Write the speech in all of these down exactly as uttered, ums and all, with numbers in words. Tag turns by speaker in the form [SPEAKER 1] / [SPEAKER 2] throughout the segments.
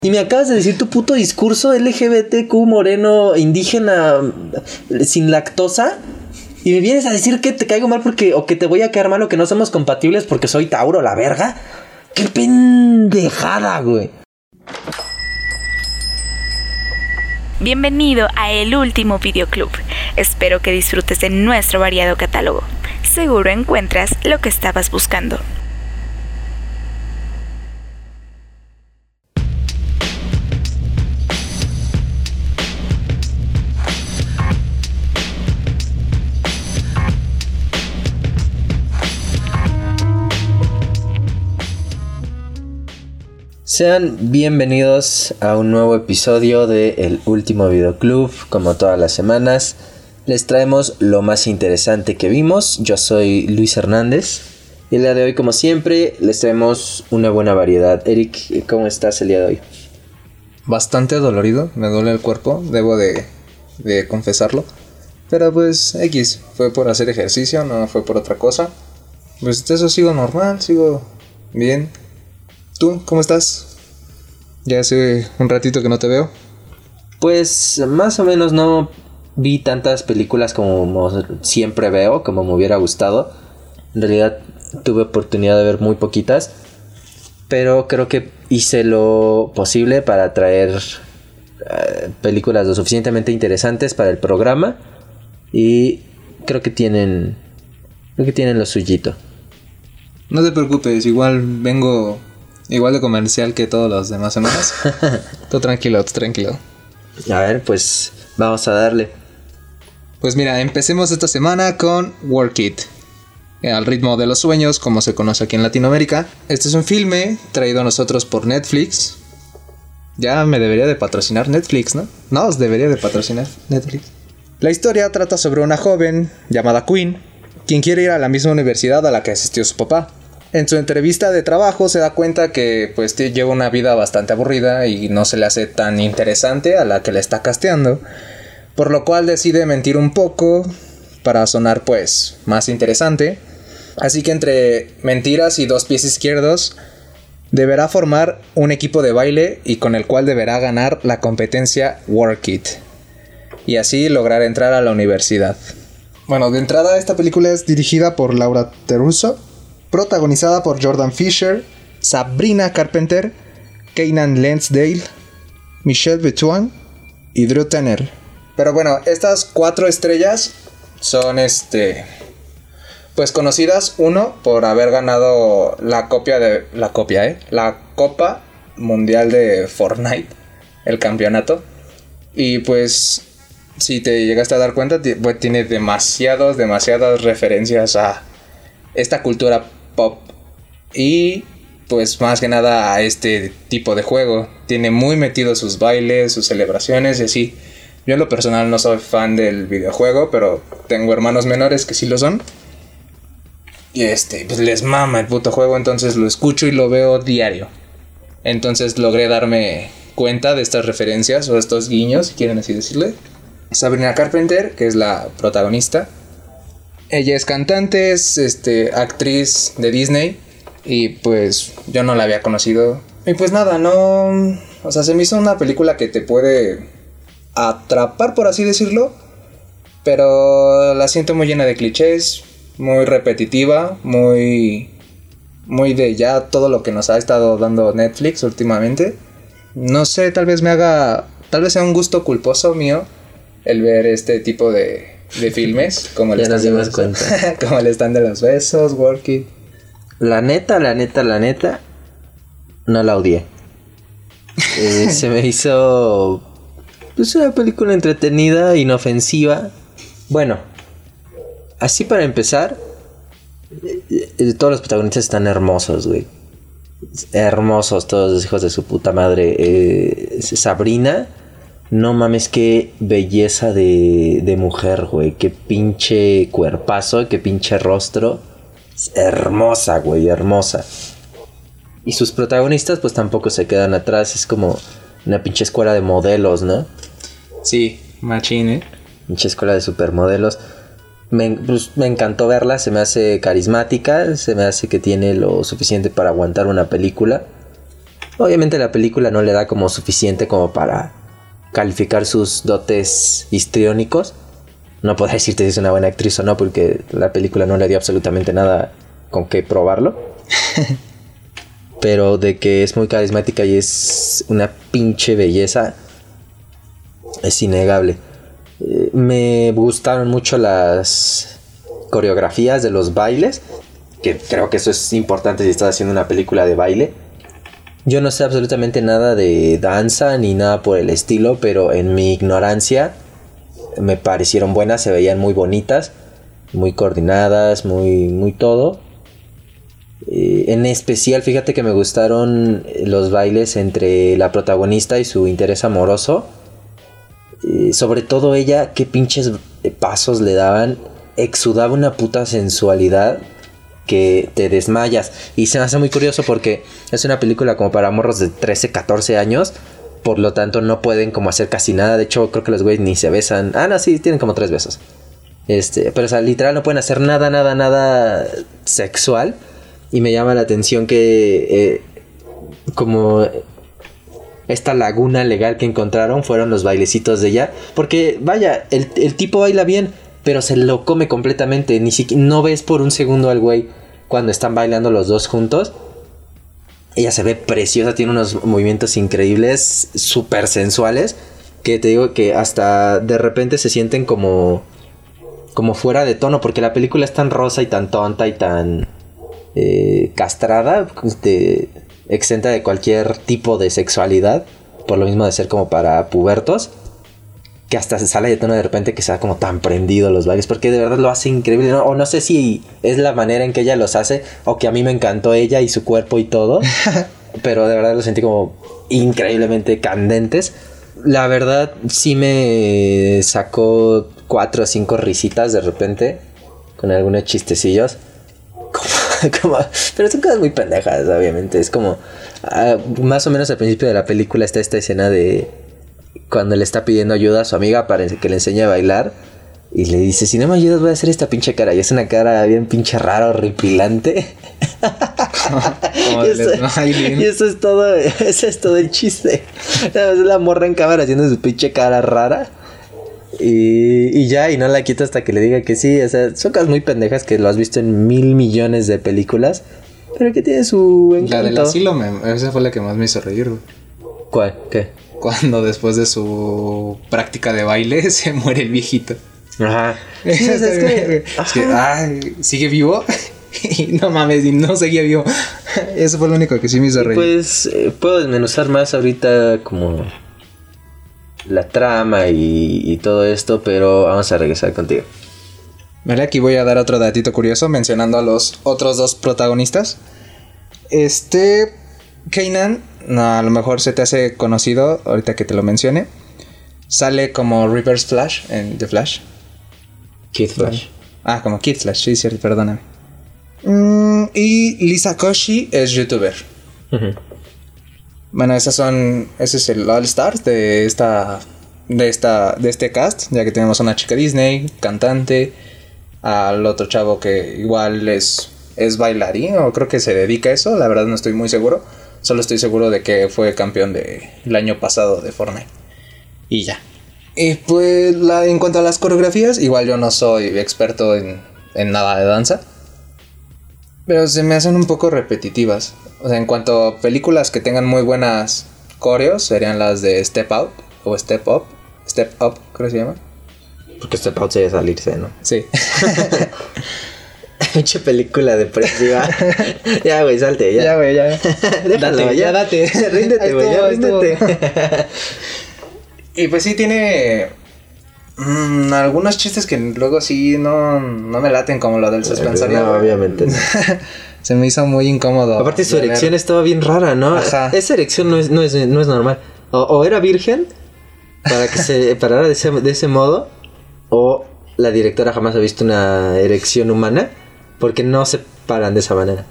[SPEAKER 1] Y me acabas de decir tu puto discurso L G B T Q moreno indígena sin lactosa. Y me vienes a decir que te caigo mal porque o que te voy a quedar mal o que no somos compatibles porque soy Tauro, la verga. ¡Qué pendejada, güey!
[SPEAKER 2] Bienvenido a El Último Videoclub. Espero que disfrutes de nuestro variado catálogo. Seguro encuentras lo que estabas buscando.
[SPEAKER 1] Sean bienvenidos a un nuevo episodio de El Último Videoclub. Como todas las semanas, les traemos lo más interesante que vimos. Yo soy Luis Hernández y el día de hoy, como siempre, les traemos una buena variedad. Eric, ¿cómo estás el día de hoy?
[SPEAKER 3] Bastante dolorido, me duele el cuerpo, debo de, de confesarlo. Pero pues X, fue por hacer ejercicio, no fue por otra cosa. Pues eso, sigo normal, sigo bien. ¿Tú cómo estás? Ya hace un ratito que no te veo.
[SPEAKER 1] Pues más o menos no vi tantas películas como siempre veo, como me hubiera gustado. En realidad tuve oportunidad de ver muy poquitas, pero creo que hice lo posible para traer uh, películas lo suficientemente interesantes para el programa. Y creo que tienen, creo que tienen lo suyito.
[SPEAKER 3] No te preocupes, igual vengo... igual de comercial que todas las demás semanas. Tú tranquilo, tú tranquilo.
[SPEAKER 1] A ver, pues vamos a darle.
[SPEAKER 3] Pues mira, empecemos esta semana con Work It. Al ritmo de los sueños, como se conoce aquí en Latinoamérica. Este es un filme traído a nosotros por Netflix. Ya me debería de patrocinar Netflix, ¿no? No, os debería de patrocinar Netflix. La historia trata sobre una joven llamada Queen, quien quiere ir a la misma universidad a la que asistió su papá. En su entrevista de trabajo se da cuenta que pues lleva una vida bastante aburrida y no se le hace tan interesante a la que le está casteando, por lo cual decide mentir un poco para sonar pues más interesante. Así que entre mentiras y dos pies izquierdos deberá formar un equipo de baile y con el cual deberá ganar la competencia Work It y así lograr entrar a la universidad. Bueno, de entrada esta película es dirigida por Laura Teruso, protagonizada por Jordan Fisher, Sabrina Carpenter, Keenan Lansdale, Michelle Buteau y Drew Tanner. Pero bueno, estas cuatro estrellas son este pues conocidas, uno por haber ganado la copia de la copia, eh, la Copa Mundial de Fortnite, el campeonato. Y pues si te llegaste a dar cuenta, t- pues, tiene demasiados demasiadas referencias a esta cultura pop y pues más que nada a este tipo de juego. Tiene muy metido sus bailes, sus celebraciones y así. Yo en lo personal no soy fan del videojuego, pero tengo hermanos menores que sí lo son. Y este, pues les mama el puto juego, entonces lo escucho y lo veo diario. Entonces logré darme cuenta de estas referencias o estos guiños, si quieren así decirle. Sabrina Carpenter, que es la protagonista. Ella es cantante, es este, actriz de Disney. Y pues yo no la había conocido. Y pues nada, no... o sea, se me hizo una película que te puede atrapar, por así decirlo. Pero la siento muy llena de clichés, muy repetitiva, muy... muy de ya todo lo que nos ha estado dando Netflix últimamente. No sé, tal vez me haga... tal vez sea un gusto culposo mío el ver este tipo de... de filmes, como el, stand de los, como el stand de los besos, Work It.
[SPEAKER 1] La neta, la neta, la neta, no la odié. Eh, se me hizo pues una película entretenida, inofensiva. Bueno, así para empezar, eh, todos los protagonistas están hermosos, güey. Hermosos todos los hijos de su puta madre. Eh, Sabrina... no mames, qué belleza de, de mujer, güey. Qué pinche cuerpazo, qué pinche rostro. Es hermosa, güey, hermosa. Y sus protagonistas pues tampoco se quedan atrás. Es como una pinche escuela de modelos, ¿no?
[SPEAKER 3] Sí, machín, ¿eh?
[SPEAKER 1] Pinche escuela de supermodelos. Me, pues, me encantó verla, se me hace carismática. Se me hace que tiene lo suficiente para aguantar una película. Obviamente la película no le da como suficiente como para calificar sus dotes histriónicos. No puedo decirte si es una buena actriz o no, porque la película no le dio absolutamente nada con qué probarlo. Pero de que es muy carismática y es una pinche belleza, es innegable. Eh, me gustaron mucho las coreografías de los bailes, que creo que eso es importante si estás haciendo una película de baile. Yo no sé absolutamente nada de danza ni nada por el estilo, pero en mi ignorancia me parecieron buenas, se veían muy bonitas, muy coordinadas, muy, muy todo. Eh, en especial, fíjate que me gustaron los bailes entre la protagonista y su interés amoroso. Eh, sobre todo ella, qué pinches pasos le daban. Exudaba una puta sensualidad que te desmayas. Y se me hace muy curioso porque es una película como para morros de trece, catorce años. Por lo tanto no pueden como hacer casi nada. De hecho creo que los güeyes ni se besan. Ah no, sí, tienen como tres besos. Este, pero o sea, literal no pueden hacer nada, nada, nada sexual. Y me llama la atención que eh, como esta laguna legal que encontraron fueron los bailecitos de ella. Porque vaya, el, el tipo baila bien, pero se lo come completamente. Ni siquiera, no ves por un segundo al güey cuando están bailando los dos juntos. Ella se ve preciosa, tiene unos movimientos increíbles, súper sensuales, que te digo que hasta de repente se sienten como, como fuera de tono, porque la película es tan rosa y tan tonta y tan eh, castrada, de, exenta de cualquier tipo de sexualidad, por lo mismo de ser como para pubertos, que hasta se sale de tono de repente, que sea como tan prendido los bailes, porque de verdad lo hace increíble, ¿no? O no sé si es la manera en que ella los hace, o que a mí me encantó ella y su cuerpo y todo, pero de verdad los sentí como increíblemente candentes. La verdad sí me sacó cuatro o cinco risitas de repente, con algunos chistecillos, como, como, pero son cosas muy pendejas, obviamente. Es como, uh, más o menos al principio de la película está esta escena de cuando le está pidiendo ayuda a su amiga para que le enseñe a bailar. Y le dice, si no me ayudas voy a hacer esta pinche cara. Y es una cara bien pinche rara, horripilante.
[SPEAKER 3] Como
[SPEAKER 1] y, eso, y eso es todo. Ese es todo el chiste. Es la morra en cámara haciendo su pinche cara rara. Y, y ya, y no la quita hasta que le diga que sí. O sea, son cosas muy pendejas que lo has visto en mil millones de películas, pero que tiene su encanto.
[SPEAKER 3] La del asilo, me, esa fue la que más me hizo reír, güey.
[SPEAKER 1] ¿Cuál? ¿Qué?
[SPEAKER 3] Cuando después de su práctica de baile se muere el viejito.
[SPEAKER 1] Ajá. Sí, o sea, es que,
[SPEAKER 3] es que ay, ¿sigue vivo? Y no mames, y no seguía vivo. Eso fue lo único que sí me hizo reír.
[SPEAKER 1] Pues eh, puedo desmenuzar más ahorita como la trama y, y todo esto, pero vamos a regresar contigo.
[SPEAKER 3] Vale, aquí voy a dar otro datito curioso mencionando a los otros dos protagonistas. Este Kanan, no, a lo mejor se te hace conocido ahorita que te lo mencione. Sale como Reverse Flash en The Flash.
[SPEAKER 1] Kid Flash.
[SPEAKER 3] Ah, como Kid Flash, sí, cierto, perdóname. Mm, y Lisa Koshy es youtuber. Uh-huh. Bueno, esas son. Ese es el All Stars de esta. De esta. De este cast. Ya que tenemos a una chica Disney, cantante. Al otro chavo que igual es. Es bailarín. O creo que se dedica a eso. La verdad no estoy muy seguro. Solo estoy seguro de que fue campeón de el año pasado de Fortnite. Y ya. Y pues la, en cuanto a las coreografías, igual yo no soy experto en, en nada de danza, pero se me hacen un poco repetitivas. O sea, en cuanto a películas que tengan muy buenas coreos, serían las de Step Out o Step Up. Step Up, creo que se llama.
[SPEAKER 1] Porque Step Out se debe salirse, ¿no?
[SPEAKER 3] Sí.
[SPEAKER 1] Mucha película depresiva. Ya, güey, salte, ya.
[SPEAKER 3] Ya, güey, ya.
[SPEAKER 1] Déjalo,
[SPEAKER 3] date,
[SPEAKER 1] ya,
[SPEAKER 3] ya date.
[SPEAKER 1] Ríndete, güey, ya ríndete.
[SPEAKER 3] Y pues sí tiene mmm, algunos chistes que luego sí no, no me laten, como lo del suspensorio.
[SPEAKER 1] No, obviamente no.
[SPEAKER 3] Se me hizo muy incómodo.
[SPEAKER 1] Aparte su erección ver. Estaba bien rara, ¿no?
[SPEAKER 3] Ajá.
[SPEAKER 1] Esa erección no es, no es, no es normal. O, o era virgen para que se parara de ese, de ese modo, o la directora jamás ha visto una erección humana, porque no se paran de esa manera.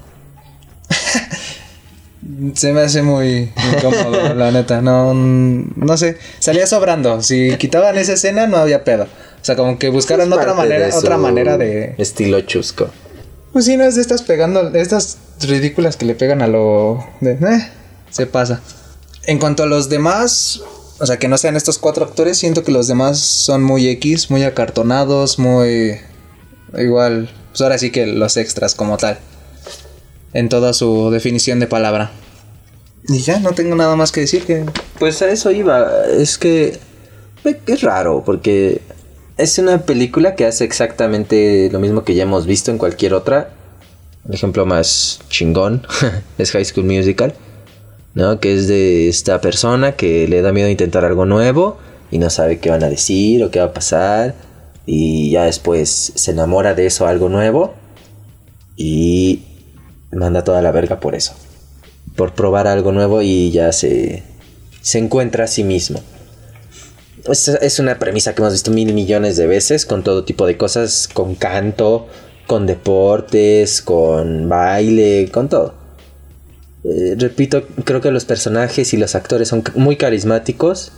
[SPEAKER 3] Se me hace muy incómodo, la neta. No, no sé. Salía sobrando. Si quitaban esa escena, no había pedo. O sea, como que buscaran otra manera, otra manera de.
[SPEAKER 1] Estilo chusco.
[SPEAKER 3] Pues sí, no es de estas pegando, de estas ridículas que le pegan a lo. De, eh. se pasa. En cuanto a los demás, o sea, que no sean estos cuatro actores, siento que los demás son muy X, muy acartonados, muy... Igual, pues ahora sí que los extras como tal, en toda su definición de palabra. Y ya, no tengo nada más que decir que...
[SPEAKER 1] Pues a eso iba, es que es raro, porque es una película que hace exactamente lo mismo que ya hemos visto en cualquier otra. El ejemplo más chingón es High School Musical, ¿no? Que es de esta persona que le da miedo intentar algo nuevo y no sabe qué van a decir o qué va a pasar, y ya después se enamora de eso, algo nuevo, y manda toda la verga por eso, por probar algo nuevo, y ya se, se encuentra a sí mismo. Es, es una premisa que hemos visto mil millones de veces con todo tipo de cosas, con canto, con deportes, con baile, con todo. Eh, repito, creo que los personajes y los actores son muy carismáticos,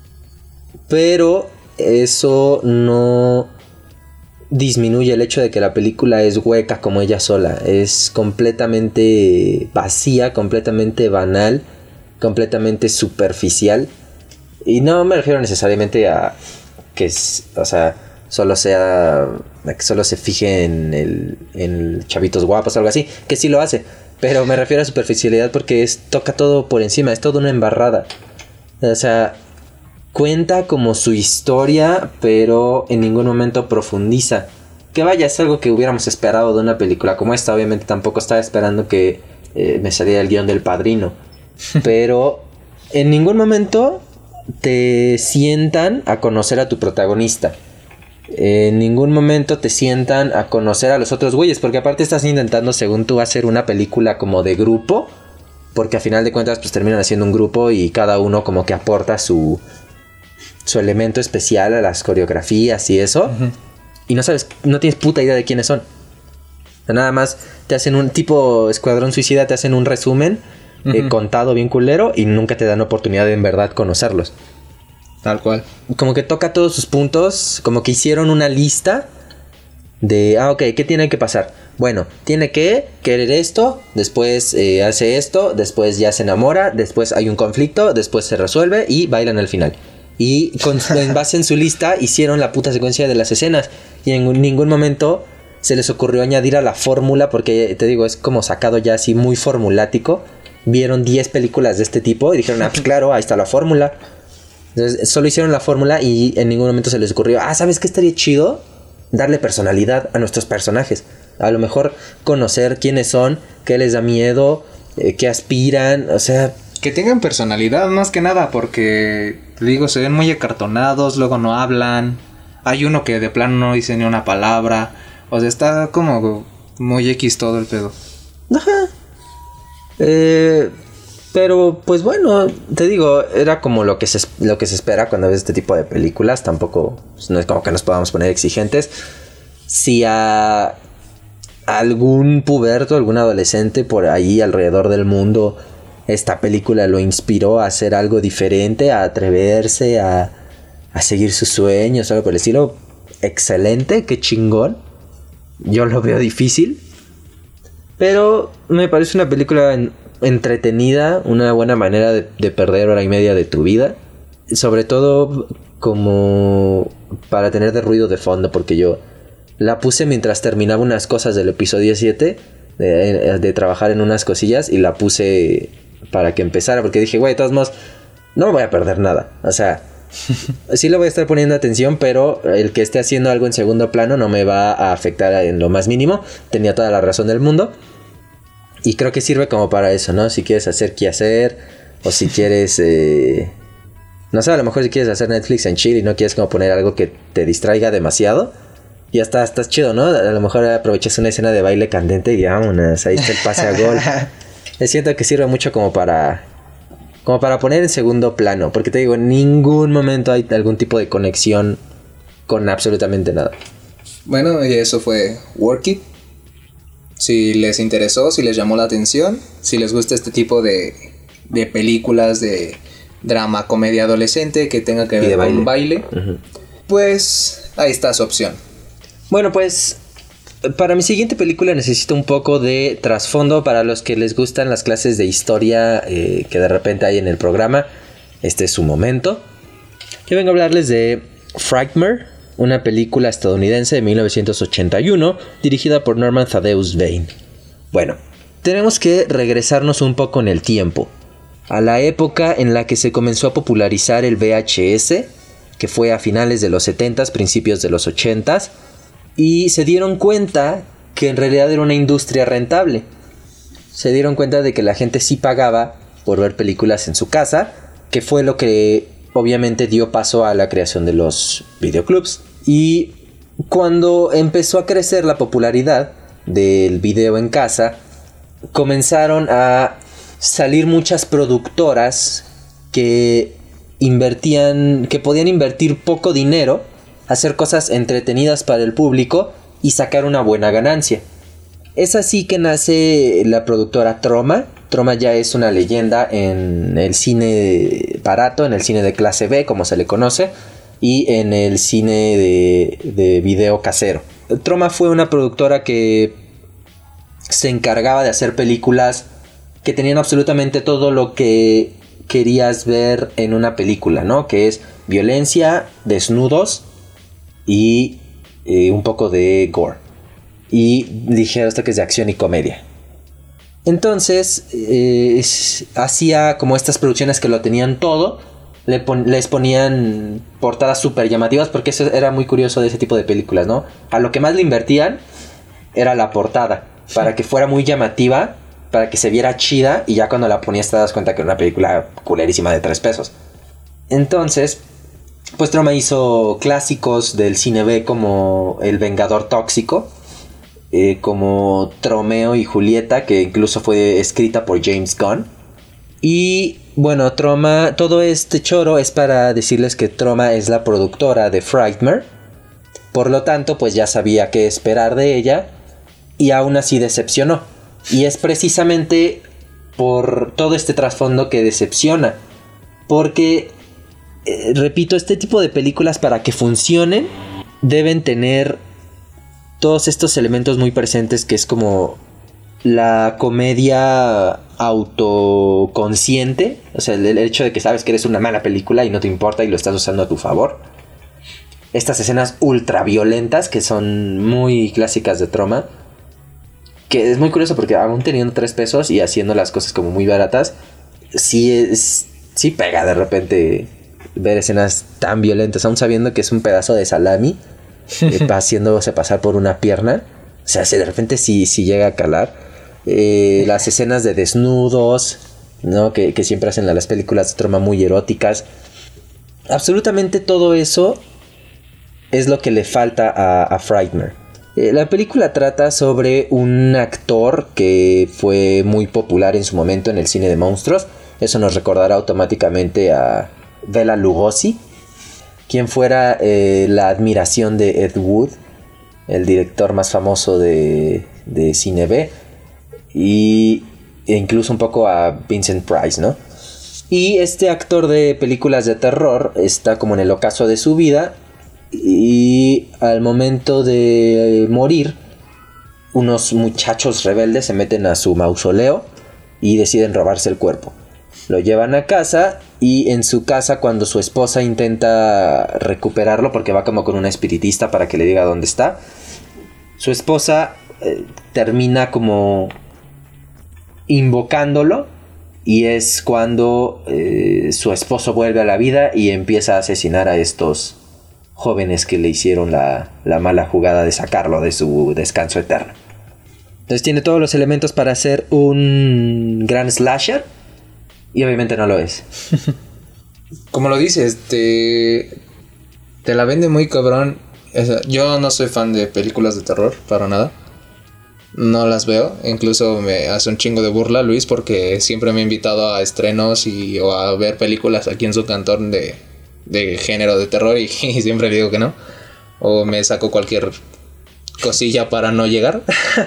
[SPEAKER 1] pero eso no disminuye el hecho de que la película es hueca como ella sola. Es completamente vacía, completamente banal, completamente superficial. Y no me refiero necesariamente a que, o sea, solo sea, que solo se fije en el, en chavitos guapos o algo así, que sí lo hace, pero me refiero a superficialidad porque es, toca todo por encima, es todo una embarrada. O sea, cuenta como su historia, pero en ningún momento profundiza. Que vaya, es algo que hubiéramos esperado de una película como esta. Obviamente tampoco estaba esperando que eh, me saliera el guión del Padrino, pero en ningún momento te sientan a conocer a tu protagonista. En ningún momento te sientan a conocer a los otros güeyes, porque aparte estás intentando, según tú, hacer una película como de grupo, porque a final de cuentas pues terminan haciendo un grupo y cada uno como que aporta su, su elemento especial a las coreografías y eso. Uh-huh. Y no sabes, no tienes puta idea de quiénes son. O sea, nada más te hacen un tipo Escuadrón Suicida, te hacen un resumen uh-huh. eh, contado bien culero, y nunca te dan oportunidad de en verdad conocerlos.
[SPEAKER 3] Tal cual.
[SPEAKER 1] Como que toca todos sus puntos, como que hicieron una lista de, ah, ok, ¿qué tiene que pasar? Bueno, tiene que querer esto, después eh, hace esto, después ya se enamora, después hay un conflicto, después se resuelve y bailan al final. Y con, en base en su lista hicieron la puta secuencia de las escenas, y en ningún momento se les ocurrió añadir a la fórmula, porque te digo, es como sacado ya así muy formulático. Vieron diez películas de este tipo y dijeron, ah, pues claro, ahí está la fórmula. Entonces solo hicieron la fórmula y en ningún momento se les ocurrió, ah, ¿sabes qué estaría chido? Darle personalidad a nuestros personajes. A lo mejor conocer quiénes son, qué les da miedo, eh, qué aspiran, o sea...
[SPEAKER 3] Que tengan personalidad más que nada, porque, te digo, se ven muy acartonados, luego no hablan. Hay uno que de plano no dice ni una palabra. O sea, está como muy X todo el pedo.
[SPEAKER 1] Ajá. Eh... Pero, pues bueno, te digo, era como lo que se, lo que se espera cuando ves este tipo de películas. Tampoco, pues no es como que nos podamos poner exigentes. Si a algún puberto, algún adolescente por ahí alrededor del mundo, esta película lo inspiró a hacer algo diferente, a atreverse, a, a seguir sus sueños, algo por el estilo, excelente, qué chingón. Yo lo veo difícil, pero me parece una película... En, entretenida, una buena manera de, de perder hora y media de tu vida, sobre todo como para tener de ruido de fondo, porque yo la puse mientras terminaba unas cosas del episodio siete, de, de trabajar en unas cosillas, y la puse para que empezara, porque dije, güey, de todos modos no me voy a perder nada, o sea, sí le voy a estar poniendo atención, pero el que esté haciendo algo en segundo plano no me va a afectar en lo más mínimo. Tenía toda la razón del mundo. Y creo que sirve como para eso, ¿no? Si quieres hacer qué hacer, o si quieres, eh, no sé, a lo mejor si quieres hacer Netflix en chill y no quieres como poner algo que te distraiga demasiado, ya está, estás chido, ¿no? A lo mejor aprovechas una escena de baile candente y vámonos, ahí está el pase a gol. Me siento que sirve mucho como para, como para poner en segundo plano, porque te digo, en ningún momento hay algún tipo de conexión con absolutamente nada.
[SPEAKER 3] Bueno, y eso fue Work It. Si les interesó, si les llamó la atención, si les gusta este tipo de, de películas de drama, comedia adolescente que tenga que ver con baile, uh-huh. pues ahí está su opción.
[SPEAKER 1] Bueno, pues para mi siguiente película necesito un poco de trasfondo para los que les gustan las clases de historia eh, que de repente hay en el programa. Este es su momento. Yo vengo a hablarles de Frightmare, una película estadounidense de mil novecientos ochenta y uno dirigida por Norman Thaddeus Vane. Bueno, tenemos que regresarnos un poco en el tiempo, a la época en la que se comenzó a popularizar el V H S, que fue a finales de los setentas, principios de los ochentas, y se dieron cuenta que en realidad era una industria rentable. Se dieron cuenta de que la gente sí pagaba por ver películas en su casa, que fue lo que obviamente dio paso a la creación de los videoclubs. Y cuando empezó a crecer la popularidad del video en casa, comenzaron a salir muchas productoras que invertían, que podían invertir poco dinero, hacer cosas entretenidas para el público y sacar una buena ganancia. Es así que nace la productora Troma. Troma ya es una leyenda en el cine barato, en el cine de clase B, como se le conoce, y en el cine de, de video casero. Troma fue una productora que se encargaba de hacer películas que tenían absolutamente todo lo que querías ver en una película, ¿no? Que es violencia, desnudos y eh, un poco de gore. Y ligeros toques de acción y comedia. Entonces, eh, hacía como estas producciones que lo tenían todo. Le pon- les ponían portadas súper llamativas, porque eso era muy curioso de ese tipo de películas, ¿no? A lo que más le invertían era la portada, para que fuera muy llamativa, para que se viera chida, y ya cuando la ponías te das cuenta que era una película culerísima de tres pesos. Entonces, pues Troma hizo clásicos del cine B como El Vengador Tóxico, eh, como Tromeo y Julieta, que incluso fue escrita por James Gunn. Y bueno, Troma, todo este choro es para decirles que Troma es la productora de Frightmare. Por lo tanto, pues ya sabía qué esperar de ella, y aún así decepcionó. Y es precisamente por todo este trasfondo que decepciona. Porque, eh, repito, este tipo de películas, para que funcionen, deben tener todos estos elementos muy presentes, que es como la comedia autoconsciente. O sea, el, el hecho de que sabes que eres una mala película y no te importa y lo estás usando a tu favor. Estas escenas ultra violentas que son muy clásicas de Troma. Que es muy curioso porque aún teniendo tres pesos y haciendo las cosas como muy baratas, sí, es, sí pega de repente ver escenas tan violentas, aún sabiendo que es un pedazo de salami eh, haciéndose pasar por una pierna. O sea, de repente sí, sí llega a calar. Eh, las escenas de desnudos, ¿no? Que, que siempre hacen las películas de Troma muy eróticas. Absolutamente todo eso es lo que le falta a, a Frightmare. Eh, la película trata sobre un actor que fue muy popular en su momento en el cine de monstruos. Eso nos recordará automáticamente a Bela Lugosi, quien fuera eh, la admiración de Ed Wood, el director más famoso de, de cine B, y e incluso un poco a Vincent Price, ¿no? Y este actor de películas de terror está como en el ocaso de su vida, y al momento de morir, unos muchachos rebeldes se meten a su mausoleo y deciden robarse el cuerpo. Lo llevan a casa, y en su casa, cuando su esposa intenta recuperarlo, porque va como con una espiritista para que le diga dónde está, su esposa eh, termina como invocándolo, y es cuando eh, su esposo vuelve a la vida y empieza a asesinar a estos jóvenes que le hicieron la, la mala jugada de sacarlo de su descanso eterno. Entonces tiene todos los elementos para ser un gran slasher, y obviamente no lo es.
[SPEAKER 3] Como lo dices, te, te la vende muy cabrón. O sea, yo no soy fan de películas de terror, para nada. No las veo. Incluso me hace un chingo de burla Luis, porque siempre me ha invitado a estrenos y, o a ver películas aquí en su cantón de, de género de terror, y, y siempre le digo que no. O me saco cualquier cosilla para no llegar.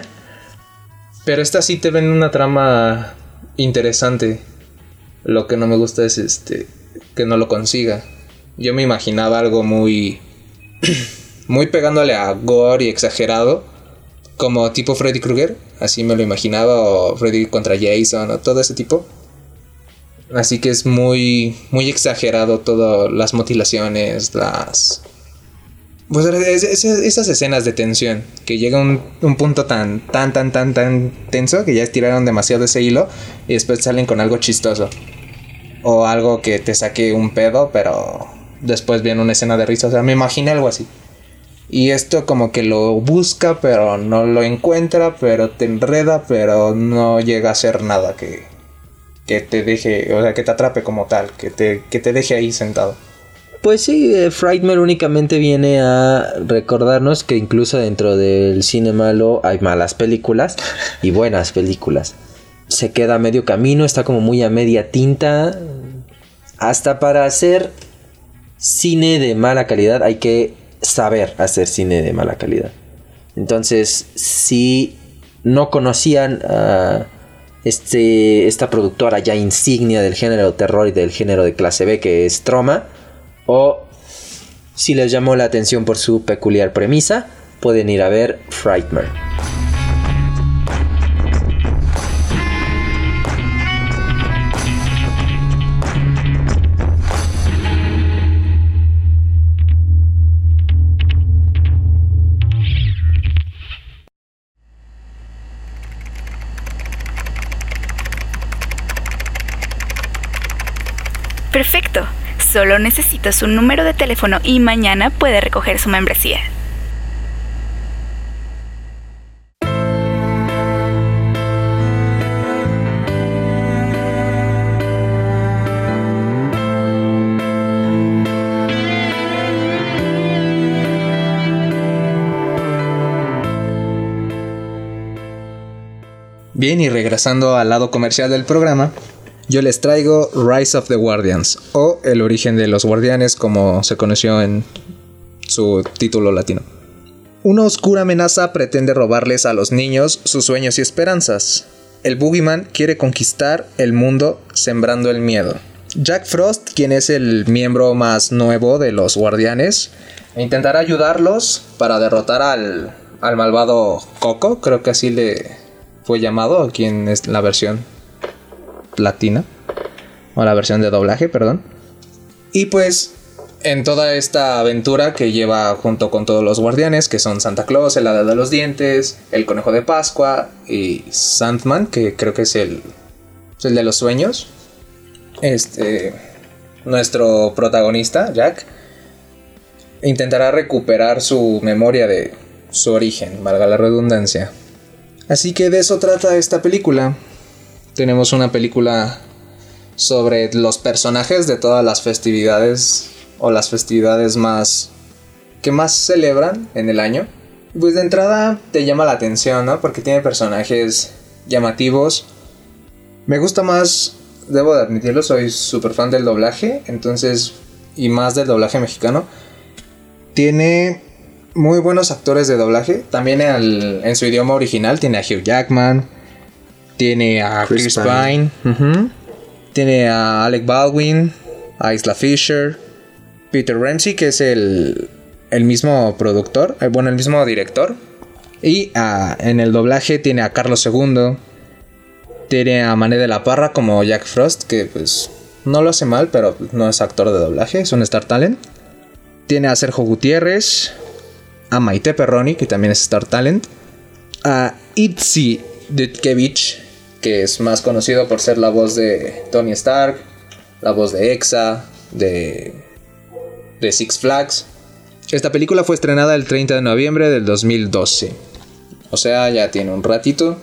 [SPEAKER 3] Pero esta sí te ven una trama interesante. Lo que no me gusta es este que no lo consiga. Yo me imaginaba algo muy muy pegándole a gore y exagerado, como tipo Freddy Krueger, así me lo imaginaba, o Freddy contra Jason, o todo ese tipo. Así que es muy, muy exagerado todo, las mutilaciones, las... Pues es, es, esas escenas de tensión, que llega un, un punto tan, tan, tan, tan, tan tenso, que ya estiraron demasiado ese hilo, y después salen con algo chistoso. O algo que te saque un pedo, pero después viene una escena de risa. O sea, me imaginé algo así. Y esto como que lo busca, pero no lo encuentra, pero te enreda, pero no llega a ser nada que, que te deje, o sea, que te atrape como tal, que te, que te deje ahí sentado.
[SPEAKER 1] Pues sí, eh, Frightmare únicamente viene a recordarnos que incluso dentro del cine malo hay malas películas y buenas películas. Se queda a medio camino, está como muy a media tinta. Hasta para hacer cine de mala calidad hay que saber hacer cine de mala calidad. Entonces, si no conocían a este, esta productora ya insignia del género de terror y del género de clase B, que es Troma, o si les llamó la atención por su peculiar premisa, pueden ir a ver Frightmare.
[SPEAKER 2] Perfecto. Solo necesita su número de teléfono y mañana puede recoger su membresía.
[SPEAKER 3] Bien, y regresando al lado comercial del programa, yo les traigo Rise of the Guardians, o El origen de los guardianes, como se conoció en su título latino. Una oscura amenaza pretende robarles a los niños sus sueños y esperanzas. El Boogeyman quiere conquistar el mundo sembrando el miedo. Jack Frost, quien es el miembro más nuevo de los guardianes, intentará ayudarlos para derrotar al, al malvado Coco, creo que así le fue llamado aquí en la versión latina, o la versión de doblaje, perdón. Y pues en toda esta aventura que lleva junto con todos los guardianes, que son Santa Claus, el Hada de los Dientes, el Conejo de Pascua y Sandman, que creo que es el, el de los sueños, este, nuestro protagonista, Jack, intentará recuperar su memoria de su origen, valga la redundancia. Así que de eso trata esta película. Tenemos una película sobre los personajes de todas las festividades, o las festividades más que más celebran en el año. Pues de entrada te llama la atención, ¿no? Porque tiene personajes llamativos. Me gusta más, debo de admitirlo, soy súper fan del doblaje, entonces, y más del doblaje mexicano. Tiene muy buenos actores de doblaje. También el, en su idioma original tiene a Hugh Jackman, tiene a Chris, Chris Pine, Pine. Uh-huh. Tiene a Alec Baldwin, a Isla Fisher, Peter Ramsey, que es el, el mismo productor, bueno, el mismo director. Y a, en el doblaje tiene a Carlos segundo, tiene a Mané de la Parra como Jack Frost, que pues no lo hace mal, pero no es actor de doblaje, es un Star Talent. Tiene a Sergio Gutiérrez, a Maite Perroni, que también es Star Talent, a Itzy Dutkevich, que es más conocido por ser la voz de Tony Stark, la voz de Exa, de, de Six Flags. Esta película fue estrenada el treinta de noviembre del dos mil doce, o sea, ya tiene un ratito.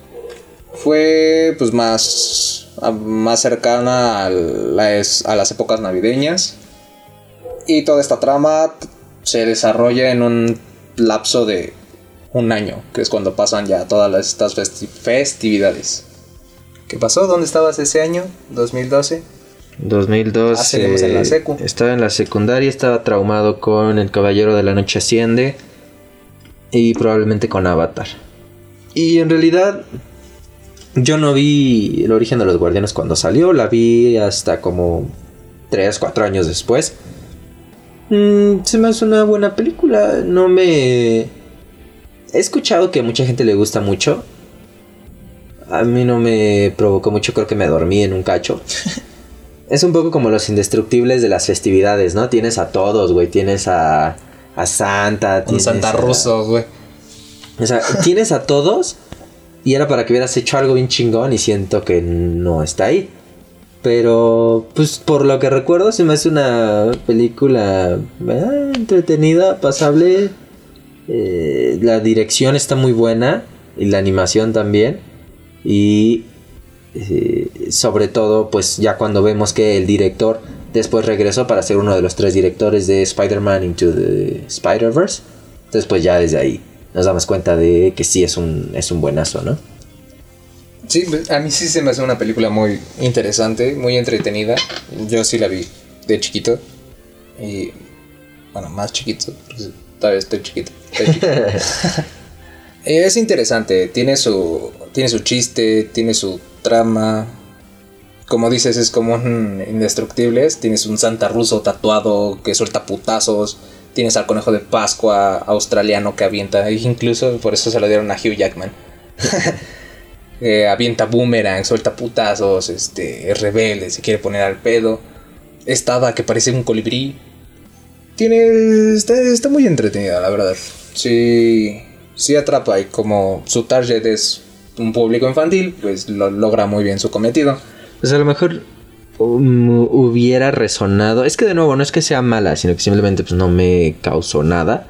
[SPEAKER 3] Fue pues más, más cercana a las, a las épocas navideñas, y toda esta trama se desarrolla en un lapso de un año, que es cuando pasan ya todas estas festi- festividades. ¿Qué pasó? ¿Dónde estabas ese año? ¿dos mil doce?
[SPEAKER 1] dos mil doce.
[SPEAKER 3] Ah, seguimos en la secu.
[SPEAKER 1] Estaba en la secundaria, estaba traumado con El Caballero de la Noche Asciende y probablemente con Avatar. Y en realidad yo no vi El Origen de los Guardianes cuando salió, la vi hasta como tres, cuatro años después. Mm, se me hace una buena película, no me... he escuchado que a mucha gente le gusta mucho. A mí no me provocó mucho, creo que me dormí en un cacho. Es un poco como los indestructibles de las festividades, ¿no? Tienes a todos, güey. Tienes a, a Santa.
[SPEAKER 3] Un Santa a... ruso, güey.
[SPEAKER 1] O sea, tienes a todos y era para que hubieras hecho algo bien chingón y siento que no está ahí. Pero, pues, por lo que recuerdo, se me hace una película eh, entretenida, pasable. Eh, la dirección está muy buena y la animación también. Y eh, sobre todo, pues, ya cuando vemos que el director después regresó para ser uno de los tres directores de Spider-Man Into the Spider-Verse. Entonces, pues, ya desde ahí nos damos cuenta de que sí es un, es un buenazo, ¿no?
[SPEAKER 3] Sí, a mí sí se me hace una película muy interesante, muy entretenida. Yo sí la vi de chiquito. Y bueno, más chiquito, porque todavía estoy chiquito. Estoy chiquito. Es interesante, tiene su, tiene su chiste, tiene su trama. Como dices, es como un Indestructibles. Tienes un Santa ruso tatuado que suelta putazos. Tienes al conejo de Pascua australiano que avienta. Incluso por eso se lo dieron a Hugh Jackman. Eh, avienta boomerang, suelta putazos, este, es rebelde, se quiere poner al pedo. Esta hada que parece un colibrí. Tiene. Está, está muy entretenida, la verdad. Sí. Sí atrapa. Y como su target es un público infantil, pues lo logra muy bien su cometido.
[SPEAKER 1] Pues a lo mejor um, hubiera resonado. Es que de nuevo, no es que sea mala, sino que simplemente pues no me causó nada.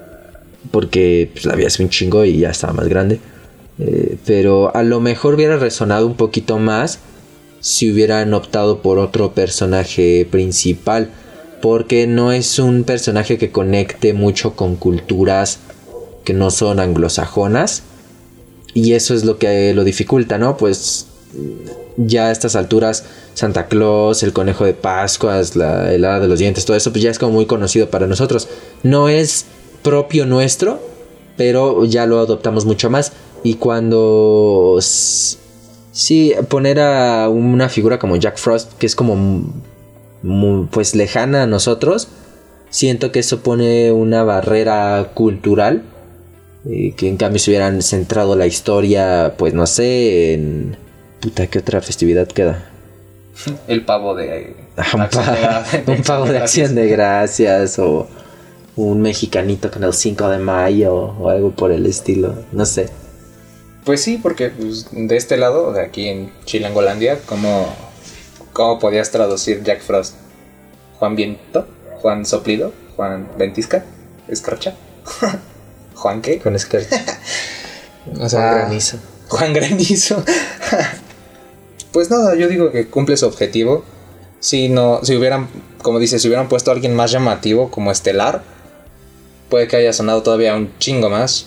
[SPEAKER 1] Porque pues la vi hace un chingo y ya estaba más grande. Eh, pero a lo mejor hubiera resonado un poquito más si hubieran optado por otro personaje principal, porque no es un personaje que conecte mucho con culturas que no son anglosajonas, y eso es lo que lo dificulta, ¿no? Pues ya a estas alturas Santa Claus, el conejo de Pascua, la helada de los dientes, todo eso pues ya es como muy conocido para nosotros. No es propio nuestro, pero ya lo adoptamos mucho más. Y cuando sí, poner a una figura como Jack Frost, que es como muy, pues lejana a nosotros, siento que eso pone una barrera cultural, eh, que en cambio si hubieran centrado la historia, pues no sé, en puta, ¿qué otra festividad queda?
[SPEAKER 3] El pavo de
[SPEAKER 1] un, pa- de, un pavo de acción de gracias, o un mexicanito con el cinco de mayo o algo por el estilo, no sé.
[SPEAKER 3] Pues sí, porque pues, de este lado, de aquí en Chilangolandia, ¿cómo, ¿cómo podías traducir Jack Frost? ¿Juan Viento? ¿Juan Soplido? ¿Juan Ventisca? ¿Escarcha? ¿Juan qué?
[SPEAKER 1] Con escarcha.
[SPEAKER 3] O sea,
[SPEAKER 1] Juan Granizo.
[SPEAKER 3] Juan Granizo. Pues nada, yo digo que cumple su objetivo. Si no, si hubieran, como dices, si hubieran puesto a alguien más llamativo como Estelar, puede que haya sonado todavía un chingo más.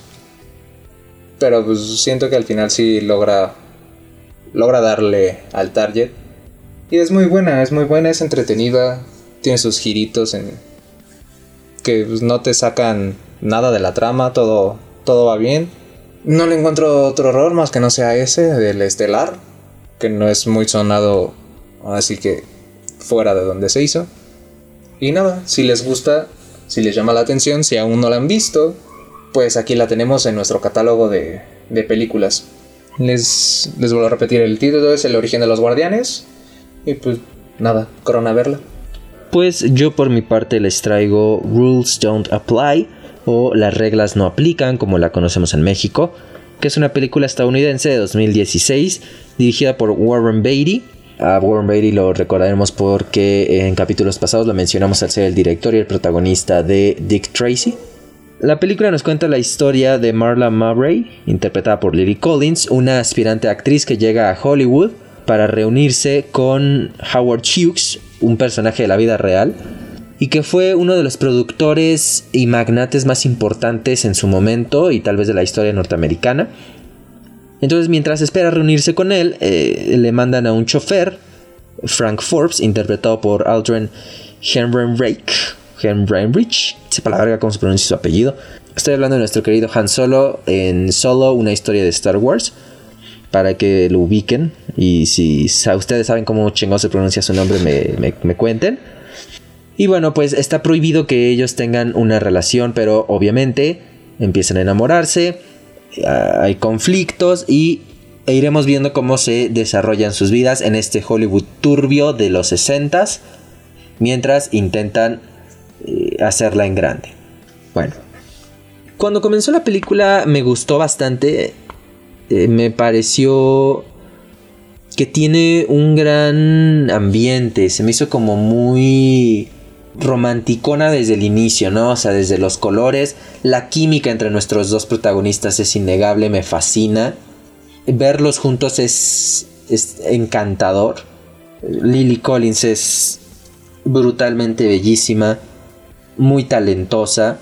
[SPEAKER 3] Pero pues siento que al final sí logra logra darle al target. Y es muy buena, es muy buena, es entretenida. Tiene sus giritos en que pues, no te sacan nada de la trama, todo, todo va bien. No le encuentro otro error más que no sea ese del Estelar, que no es muy sonado, así que fuera de donde se hizo. Y nada, si les gusta, si les llama la atención, si aún no la han visto, pues aquí la tenemos en nuestro catálogo de, de películas. Les, les vuelvo a repetir, el título es El origen de los guardianes. Y pues nada, corona a verla.
[SPEAKER 1] Pues yo por mi parte les traigo Rules Don't Apply, o Las reglas no aplican, como la conocemos en México, que es una película estadounidense de dos mil dieciséis, dirigida por Warren Beatty. A Warren Beatty lo recordaremos porque en capítulos pasados lo mencionamos al ser el director y el protagonista de Dick Tracy. La película nos cuenta la historia de Marla Murray, interpretada por Lily Collins, una aspirante actriz que llega a Hollywood para reunirse con Howard Hughes, un personaje de la vida real, y que fue uno de los productores y magnates más importantes en su momento y tal vez de la historia norteamericana. Entonces, mientras espera reunirse con él, eh, le mandan a un chofer, Frank Forbes, interpretado por Aldrin Ehrenreich. Ehrenreich, sepa la verga cómo se pronuncia su apellido. Estoy hablando de nuestro querido Han Solo en Solo, una historia de Star Wars, para que lo ubiquen. Y si ustedes saben cómo chingón se pronuncia su nombre, me, me, me cuenten. Y bueno, pues está prohibido que ellos tengan una relación, pero obviamente empiezan a enamorarse, hay conflictos y e iremos viendo cómo se desarrollan sus vidas en este Hollywood turbio de los sesentas, mientras intentan eh, hacerla en grande. Bueno, cuando comenzó la película me gustó bastante, eh, me pareció que tiene un gran ambiente, se me hizo como muy romanticona desde el inicio, ¿no? O sea, desde los colores, la química entre nuestros dos protagonistas es innegable, me fascina. Verlos juntos es, es encantador. Lily Collins es brutalmente bellísima, muy talentosa.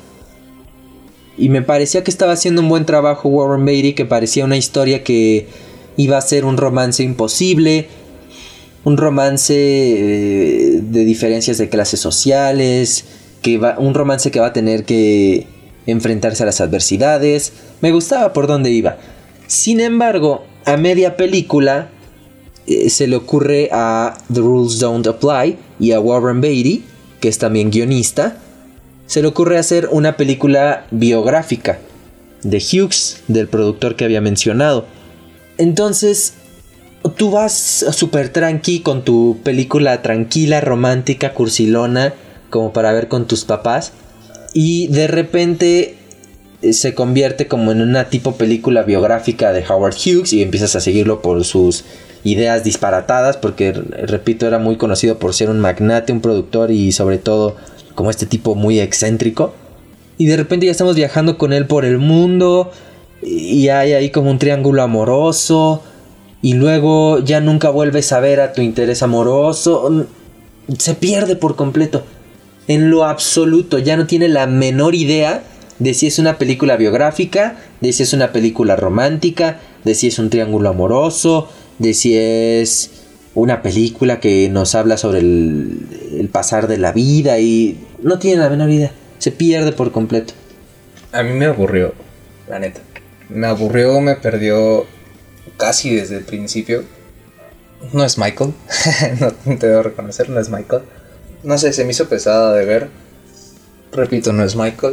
[SPEAKER 1] Y me parecía que estaba haciendo un buen trabajo Warren Beatty, que parecía una historia que iba a ser un romance imposible. Un romance eh, de diferencias de clases sociales. Que va, un romance que va a tener que enfrentarse a las adversidades. Me gustaba por dónde iba. Sin embargo, a media película eh, se le ocurre a The Rules Don't Apply y a Warren Beatty, que es también guionista, se le ocurre hacer una película biográfica de Hughes, del productor que había mencionado. Entonces, tú vas súper tranqui con tu película tranquila, romántica, cursilona, como para ver con tus papás, y de repente se convierte como en una tipo película biográfica de Howard Hughes y empiezas a seguirlo por sus ideas disparatadas, porque repito, era muy conocido por ser un magnate, un productor y sobre todo como este tipo muy excéntrico. Y de repente ya estamos viajando con él por el mundo y hay ahí como un triángulo amoroso y luego ya nunca vuelves a ver a tu interés amoroso. Se pierde por completo en lo absoluto, ya no tiene la menor idea de si es una película biográfica, de si es una película romántica, de si es un triángulo amoroso, de si es una película que nos habla sobre el, el pasar de la vida, y no tiene la menor idea, se pierde por completo.
[SPEAKER 3] A mí me aburrió, la neta. Me aburrió, me perdió casi desde el principio. No es Michael, no te debo reconocer, no es Michael. No sé, se me hizo pesada de ver. Repito, no es Michael.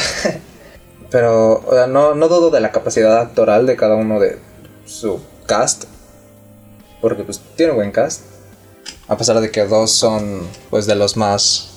[SPEAKER 3] Pero o sea, no, no dudo de la capacidad actoral de cada uno de su cast, porque pues tiene buen cast, a pesar de que dos son pues de los más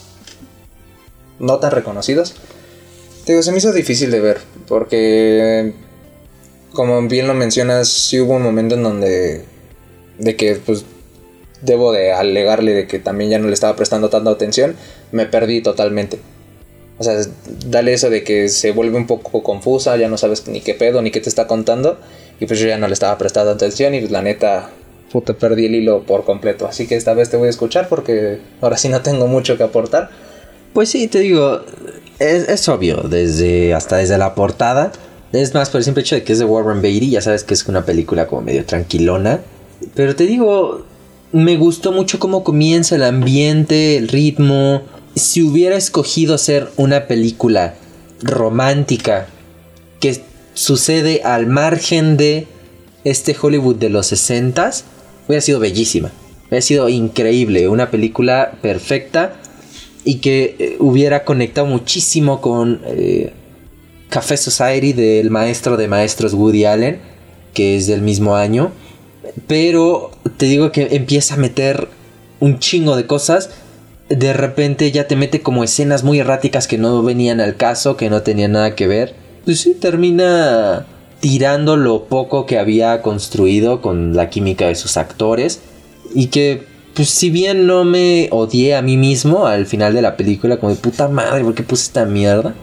[SPEAKER 3] no tan reconocidos. Te digo, se me hizo difícil de ver, porque como bien lo mencionas, sí hubo un momento en donde de que pues debo de alegarle de que también ya no le estaba prestando tanta atención, me perdí totalmente. O sea, dale eso de que se vuelve un poco confusa, ya no sabes ni qué pedo, ni qué te está contando. Y pues yo ya no le estaba prestando atención y pues la neta, puta, perdí el hilo por completo. Así que esta vez te voy a escuchar porque ahora sí no tengo mucho que aportar.
[SPEAKER 1] Pues sí, te digo, es, es obvio, desde hasta desde la portada. Es más, por el simple hecho de que es de Warren Beatty, ya sabes que es una película como medio tranquilona. Pero te digo, me gustó mucho cómo comienza el ambiente, el ritmo. Si hubiera escogido hacer una película romántica que sucede al margen de este Hollywood de los sesentas, hubiera sido bellísima, hubiera sido increíble, una película perfecta y que eh, hubiera conectado muchísimo con eh, Café Society del maestro de maestros Woody Allen, que es del mismo año. Pero te digo que empieza a meter un chingo de cosas. De repente ya te mete como escenas muy erráticas que no venían al caso, que no tenían nada que ver. Pues sí, termina tirando lo poco que había construido con la química de sus actores. Y que, pues si bien no me odié a mí mismo al final de la película, como de puta madre, ¿por qué puse esta mierda?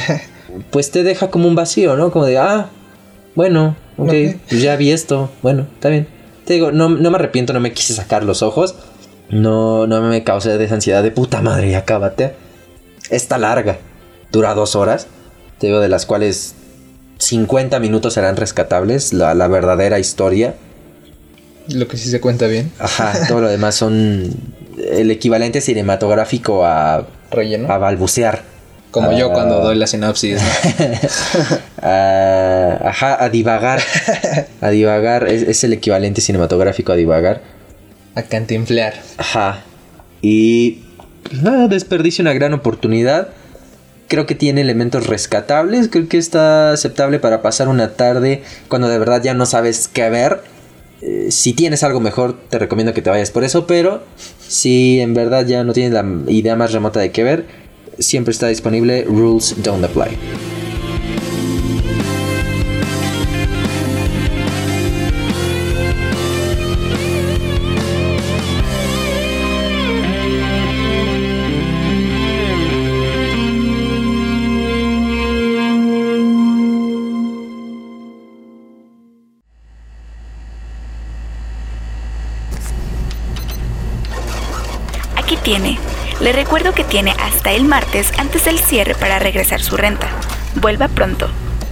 [SPEAKER 1] Pues te deja como un vacío, ¿no? Como de, ah, bueno, ok, okay. Pues ya vi esto, bueno, está bien. Te digo, no, no me arrepiento, no me quise sacar los ojos. No, no me causé esa ansiedad de puta madre, ya cábate. Está larga, dura dos horas. Te digo, de las cuales cincuenta minutos serán rescatables, la, la verdadera historia.
[SPEAKER 3] Lo que sí se cuenta bien.
[SPEAKER 1] Ajá, todo lo demás son el equivalente cinematográfico a...
[SPEAKER 3] ¿Relleno?
[SPEAKER 1] A balbucear.
[SPEAKER 3] Como
[SPEAKER 1] a,
[SPEAKER 3] yo cuando doy la sinopsis, ¿no?
[SPEAKER 1] a, ajá, a divagar. A divagar, es, es el equivalente cinematográfico a divagar.
[SPEAKER 3] A cantinflear.
[SPEAKER 1] Ajá. Y nada, desperdicio una gran oportunidad. creo que tiene elementos rescatables. Creo que está aceptable para pasar una tarde cuando de verdad ya no sabes qué ver. Eh, si tienes algo mejor, te recomiendo que te vayas por eso. Pero si en verdad ya no tienes la idea más remota de qué ver, siempre está disponible Rules Don't Apply.
[SPEAKER 2] Aquí tiene. Le recuerdo que tiene hasta el martes antes del cierre para regresar su renta. Vuelva pronto.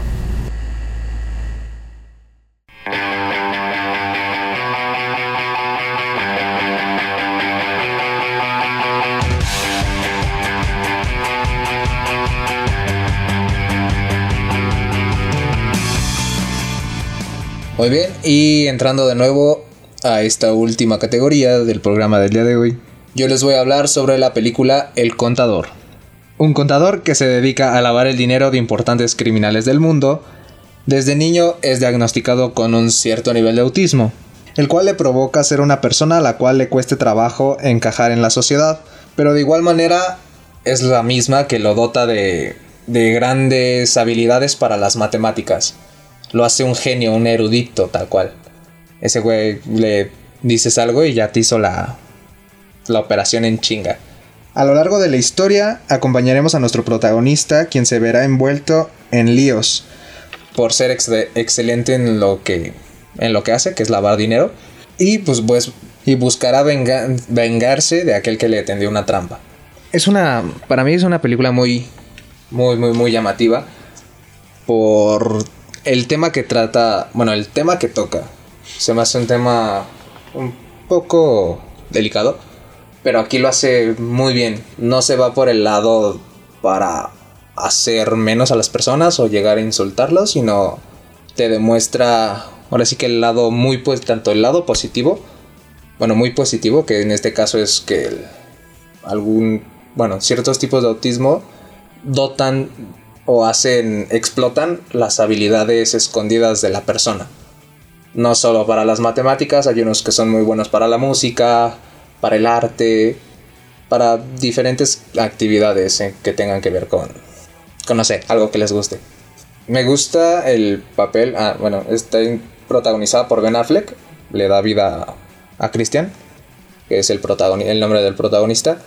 [SPEAKER 3] Muy bien, y entrando de nuevo a esta última categoría del programa del día de hoy, yo les voy a hablar sobre la película El Contador. Un contador que se dedica a lavar el dinero de importantes criminales del mundo. Desde niño es diagnosticado con un cierto nivel de autismo, el cual le provoca ser una persona a la cual le cueste trabajo encajar en la sociedad, pero de igual manera es la misma que lo dota de, de grandes habilidades para las matemáticas. Lo hace un genio, un erudito tal cual. Ese güey le dices algo y ya te hizo la... la operación en chinga. A lo largo de la historia acompañaremos a nuestro protagonista, quien se verá envuelto en líos por ser ex- excelente en lo que en lo que hace, que es lavar dinero, y pues, pues y buscará venga- vengarse de aquel que le tendió una trampa. Es una para mí es una película muy muy muy muy llamativa por el tema que trata, bueno, el tema que toca. Se me hace un tema un poco delicado, pero aquí lo hace muy bien. No se va por el lado para hacer menos a las personas o llegar a insultarlos, sino te demuestra, ahora sí que el lado muy, pues, tanto el lado positivo, bueno, muy positivo, que en este caso es que el, algún, bueno, ciertos tipos de autismo dotan o hacen, explotan las habilidades escondidas de la persona. No solo para las matemáticas, hay unos que son muy buenos para la música, para el arte, para diferentes actividades eh, que tengan que ver con, con, no sé, algo que les guste. Me gusta el papel, ah, bueno, está protagonizada por Ben Affleck, le da vida a, a Christian, que es el, protagoni- el nombre del protagonista.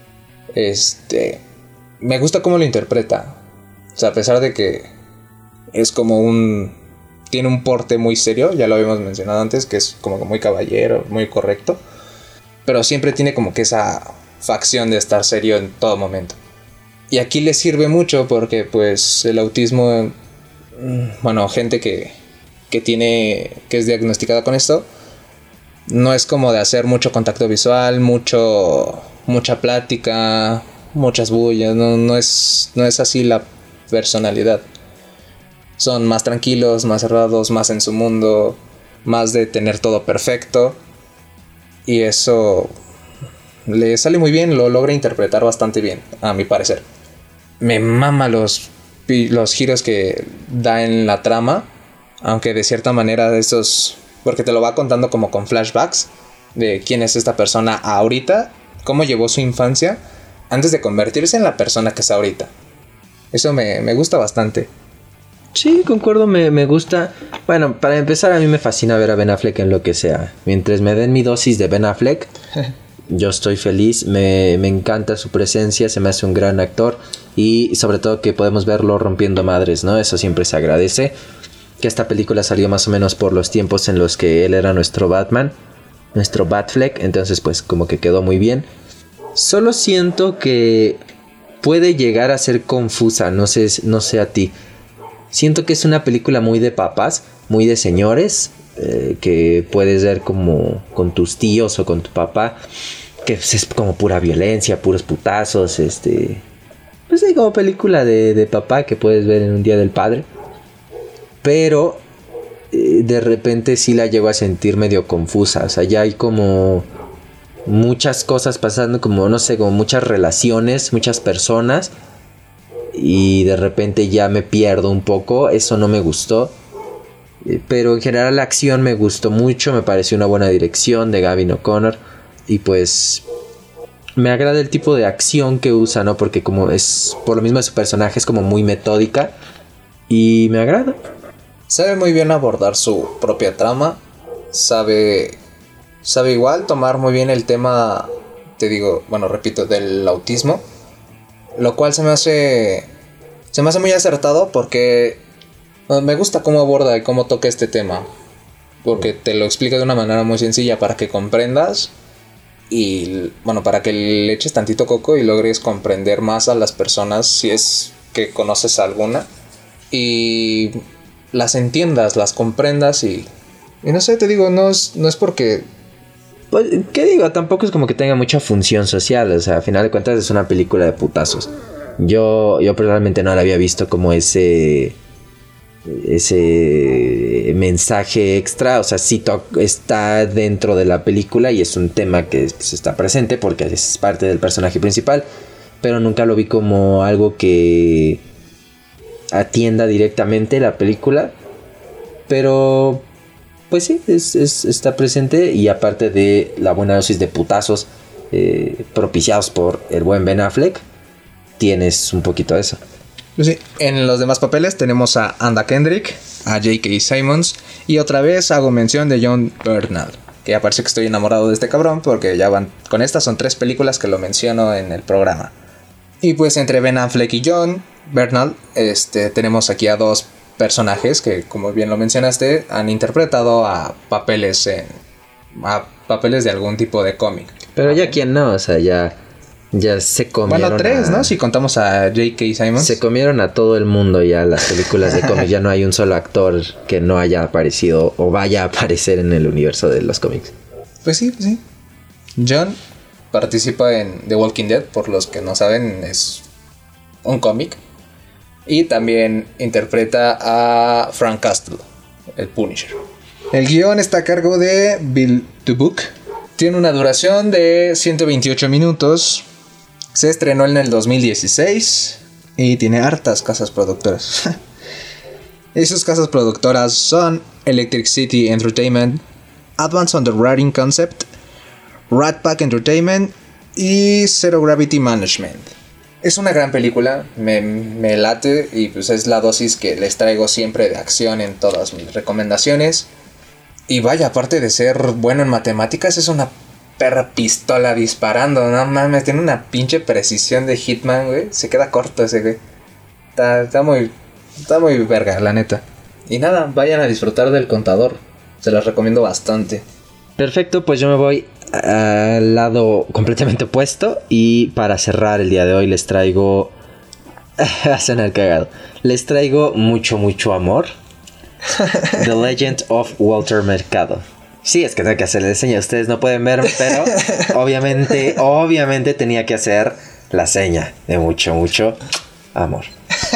[SPEAKER 3] Este, me gusta cómo lo interpreta, o sea, a pesar de que es como un, tiene un porte muy serio, ya lo habíamos mencionado antes, que es como muy caballero, muy correcto. Pero siempre tiene como que esa facción de estar serio en todo momento. Y aquí le sirve mucho porque pues el autismo, bueno, gente que, que tiene, que es diagnosticada con esto, no es como de hacer mucho contacto visual, mucho, mucha plática, muchas bullas, no, no es, no es así la personalidad. Son más tranquilos, más cerrados, más en su mundo, más de tener todo perfecto. Y eso le sale muy bien, lo logra interpretar bastante bien, a mi parecer. Me mama los, los giros que da en la trama, aunque de cierta manera estos, porque te lo va contando como con flashbacks de quién es esta persona ahorita, cómo llevó su infancia antes de convertirse en la persona que es ahorita. Eso me, me gusta bastante.
[SPEAKER 1] Sí, concuerdo, me, me gusta. Bueno, para empezar, a mí me fascina ver a Ben Affleck en lo que sea. Mientras me den mi dosis de Ben Affleck, yo estoy feliz. Me, me encanta su presencia, se me hace un gran actor. Y sobre todo que podemos verlo rompiendo madres, ¿no? Eso siempre se agradece. Que esta película salió más o menos por los tiempos en los que él era nuestro Batman, nuestro Batfleck. Entonces pues como que quedó muy bien. Solo siento que puede llegar a ser confusa, no sé, no sé a ti. Siento que es una película muy de papás, muy de señores, eh, que puedes ver como con tus tíos o con tu papá, que es como pura violencia, puros putazos, este... Pues sí, como película de, de papá que puedes ver en un Día del Padre. Pero eh, de repente sí la llego a sentir medio confusa, o sea, ya hay como muchas cosas pasando, como no sé, como muchas relaciones, muchas personas. y de repente ya me pierdo un poco. Eso no me gustó. Pero en general la acción me gustó mucho. Me pareció una buena dirección de Gavin O'Connor. Y pues me agrada el tipo de acción que usa, ¿no? Porque como es, por lo mismo de su personaje, es como muy metódica. Y me agrada.
[SPEAKER 3] Sabe muy bien abordar su propia trama. Sabe, sabe igual tomar muy bien el tema, te digo, bueno, repito, del autismo. Lo cual se me hace, se me hace muy acertado porque me gusta cómo aborda y cómo toca este tema. Porque te lo explica de una manera muy sencilla para que comprendas. Y bueno, para que le eches tantito coco y logres comprender más a las personas, si es que conoces alguna, y las entiendas, las comprendas. Y, y no sé, te digo, no es, no es porque...
[SPEAKER 1] Pues, ¿qué digo? Tampoco es como que tenga mucha función social. O sea, a final de cuentas es una película de putazos. Yo, yo personalmente no la había visto como ese... ese mensaje extra. O sea, sí to- está dentro de la película y es un tema que pues, está presente porque es parte del personaje principal, pero nunca lo vi como algo que atienda directamente la película. Pero pues sí, es, es, está presente. Y aparte de la buena dosis de putazos eh, propiciados por el buen Ben Affleck, tienes un poquito de eso.
[SPEAKER 3] Pues sí, en los demás papeles tenemos a Anna Kendrick, a J K. Simmons y otra vez hago mención de Jon Bernthal, que ya parece que estoy enamorado de este cabrón porque ya van, con estas son tres películas que lo menciono en el programa. Y pues entre Ben Affleck y Jon Bernthal este, tenemos aquí a dos personajes que, como bien lo mencionaste, han interpretado a papeles en, a papeles de algún tipo de cómic.
[SPEAKER 1] Pero ya quién no, o sea, ya... Ya se comieron.
[SPEAKER 3] Bueno, tres,
[SPEAKER 1] a...
[SPEAKER 3] ¿no? Si contamos a J K. Simmons.
[SPEAKER 1] Se comieron a todo el mundo ya las películas de cómics. Ya no hay un solo actor que no haya aparecido o vaya a aparecer en el universo de los cómics.
[SPEAKER 3] Pues sí, pues sí. Jon participa en The Walking Dead, por los que no saben, es un cómic. Y también interpreta a Frank Castle, el Punisher. El guión está a cargo de Bill Dubuque. Tiene una duración de ciento veintiocho minutos. Se estrenó en el dos mil dieciséis y tiene hartas casas productoras. Y sus casas productoras son Electric City Entertainment, Advanced Underwriting Concept, Rat Pack Entertainment y Zero Gravity Management. Es una gran película, me, me late y pues es la dosis que les traigo siempre de acción en todas mis recomendaciones. Y vaya, aparte de ser bueno en matemáticas, es una perra pistola disparando. No mames, tiene una pinche precisión de Hitman, güey. Se queda corto ese, güey. Está, está muy, está muy verga, la neta. Y nada, vayan a disfrutar del Contador. Se los recomiendo bastante.
[SPEAKER 1] Perfecto, pues yo me voy al lado completamente opuesto. Y para cerrar el día de hoy les traigo... a sonar cagado. Les traigo mucho, mucho amor. The Legend of Walter Mercado. Sí, es que tengo que hacerle seña. Ustedes no pueden verme, pero obviamente, obviamente tenía que hacer la seña de mucho, mucho amor.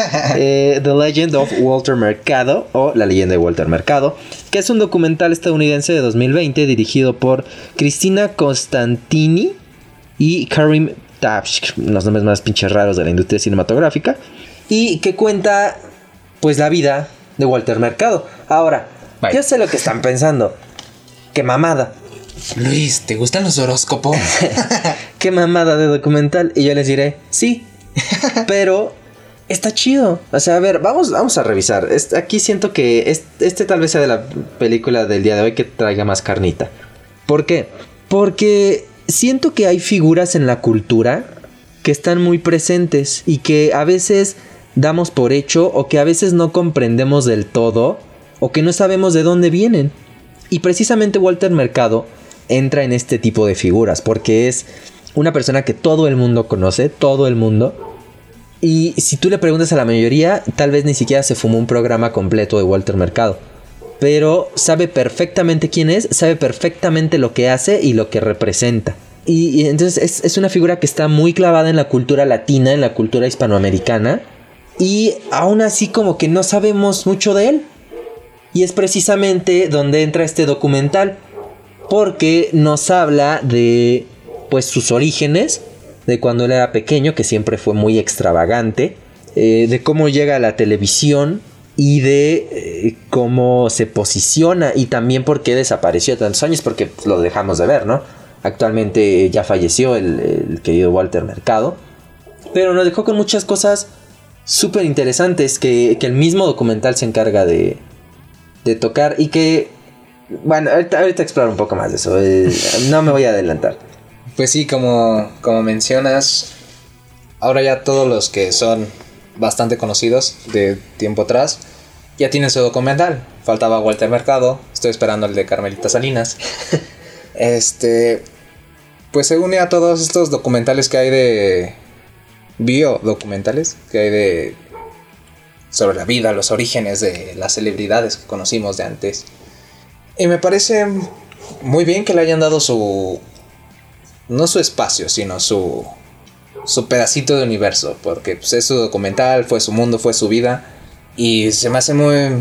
[SPEAKER 1] eh, The Legend of Walter Mercado, o La leyenda de Walter Mercado, que es un documental estadounidense de dos mil veinte dirigido por Cristina Costantini y Karim Tabsh, los nombres más pinches raros de la industria cinematográfica, y que cuenta pues la vida de Walter Mercado. Ahora, Bye. Yo sé lo que están pensando. ¡Qué mamada!
[SPEAKER 3] Luis, ¿te gustan los horóscopos?
[SPEAKER 1] ¡Qué mamada de documental! Y yo les diré, sí, pero está chido. O sea, a ver, vamos, vamos a revisar. Este, aquí siento que este, este tal vez sea de la película del día de hoy que traiga más carnita. ¿Por qué? Porque siento que hay figuras en la cultura que están muy presentes y que a veces damos por hecho o que a veces no comprendemos del todo o que no sabemos de dónde vienen. Y precisamente Walter Mercado entra en este tipo de figuras porque es una persona que todo el mundo conoce, todo el mundo. Y si tú le preguntas a la mayoría, tal vez ni siquiera se fumó un programa completo de Walter Mercado. Pero sabe perfectamente quién es, sabe perfectamente lo que hace y lo que representa. Y, y entonces es, es una figura que está muy clavada en la cultura latina, en la cultura hispanoamericana. Y aún así como que no sabemos mucho de él. Y es precisamente donde entra este documental, porque nos habla de pues sus orígenes, de cuando él era pequeño, que siempre fue muy extravagante, eh, de cómo llega a la televisión y de eh, cómo se posiciona y también por qué desapareció tantos años, porque pues, lo dejamos de ver, ¿no? Actualmente ya falleció el, el querido Walter Mercado, pero nos dejó con muchas cosas súper interesantes que, que el mismo documental se encarga de, de tocar y que, bueno, ahorita, ahorita exploro un poco más de eso, eh, no me voy a adelantar.
[SPEAKER 3] Pues sí, como, como mencionas, ahora ya todos los que son bastante conocidos de tiempo atrás ya tienen su documental. Faltaba Walter Mercado, estoy esperando el de Carmelita Salinas. Este, pues se une a todos estos documentales que hay de biodocumentales que hay de sobre la vida, los orígenes de las celebridades que conocimos de antes. Y me parece muy bien que le hayan dado su, no su espacio, sino su su pedacito de universo, porque pues, es su documental, fue su mundo, fue su vida, y se me hace muy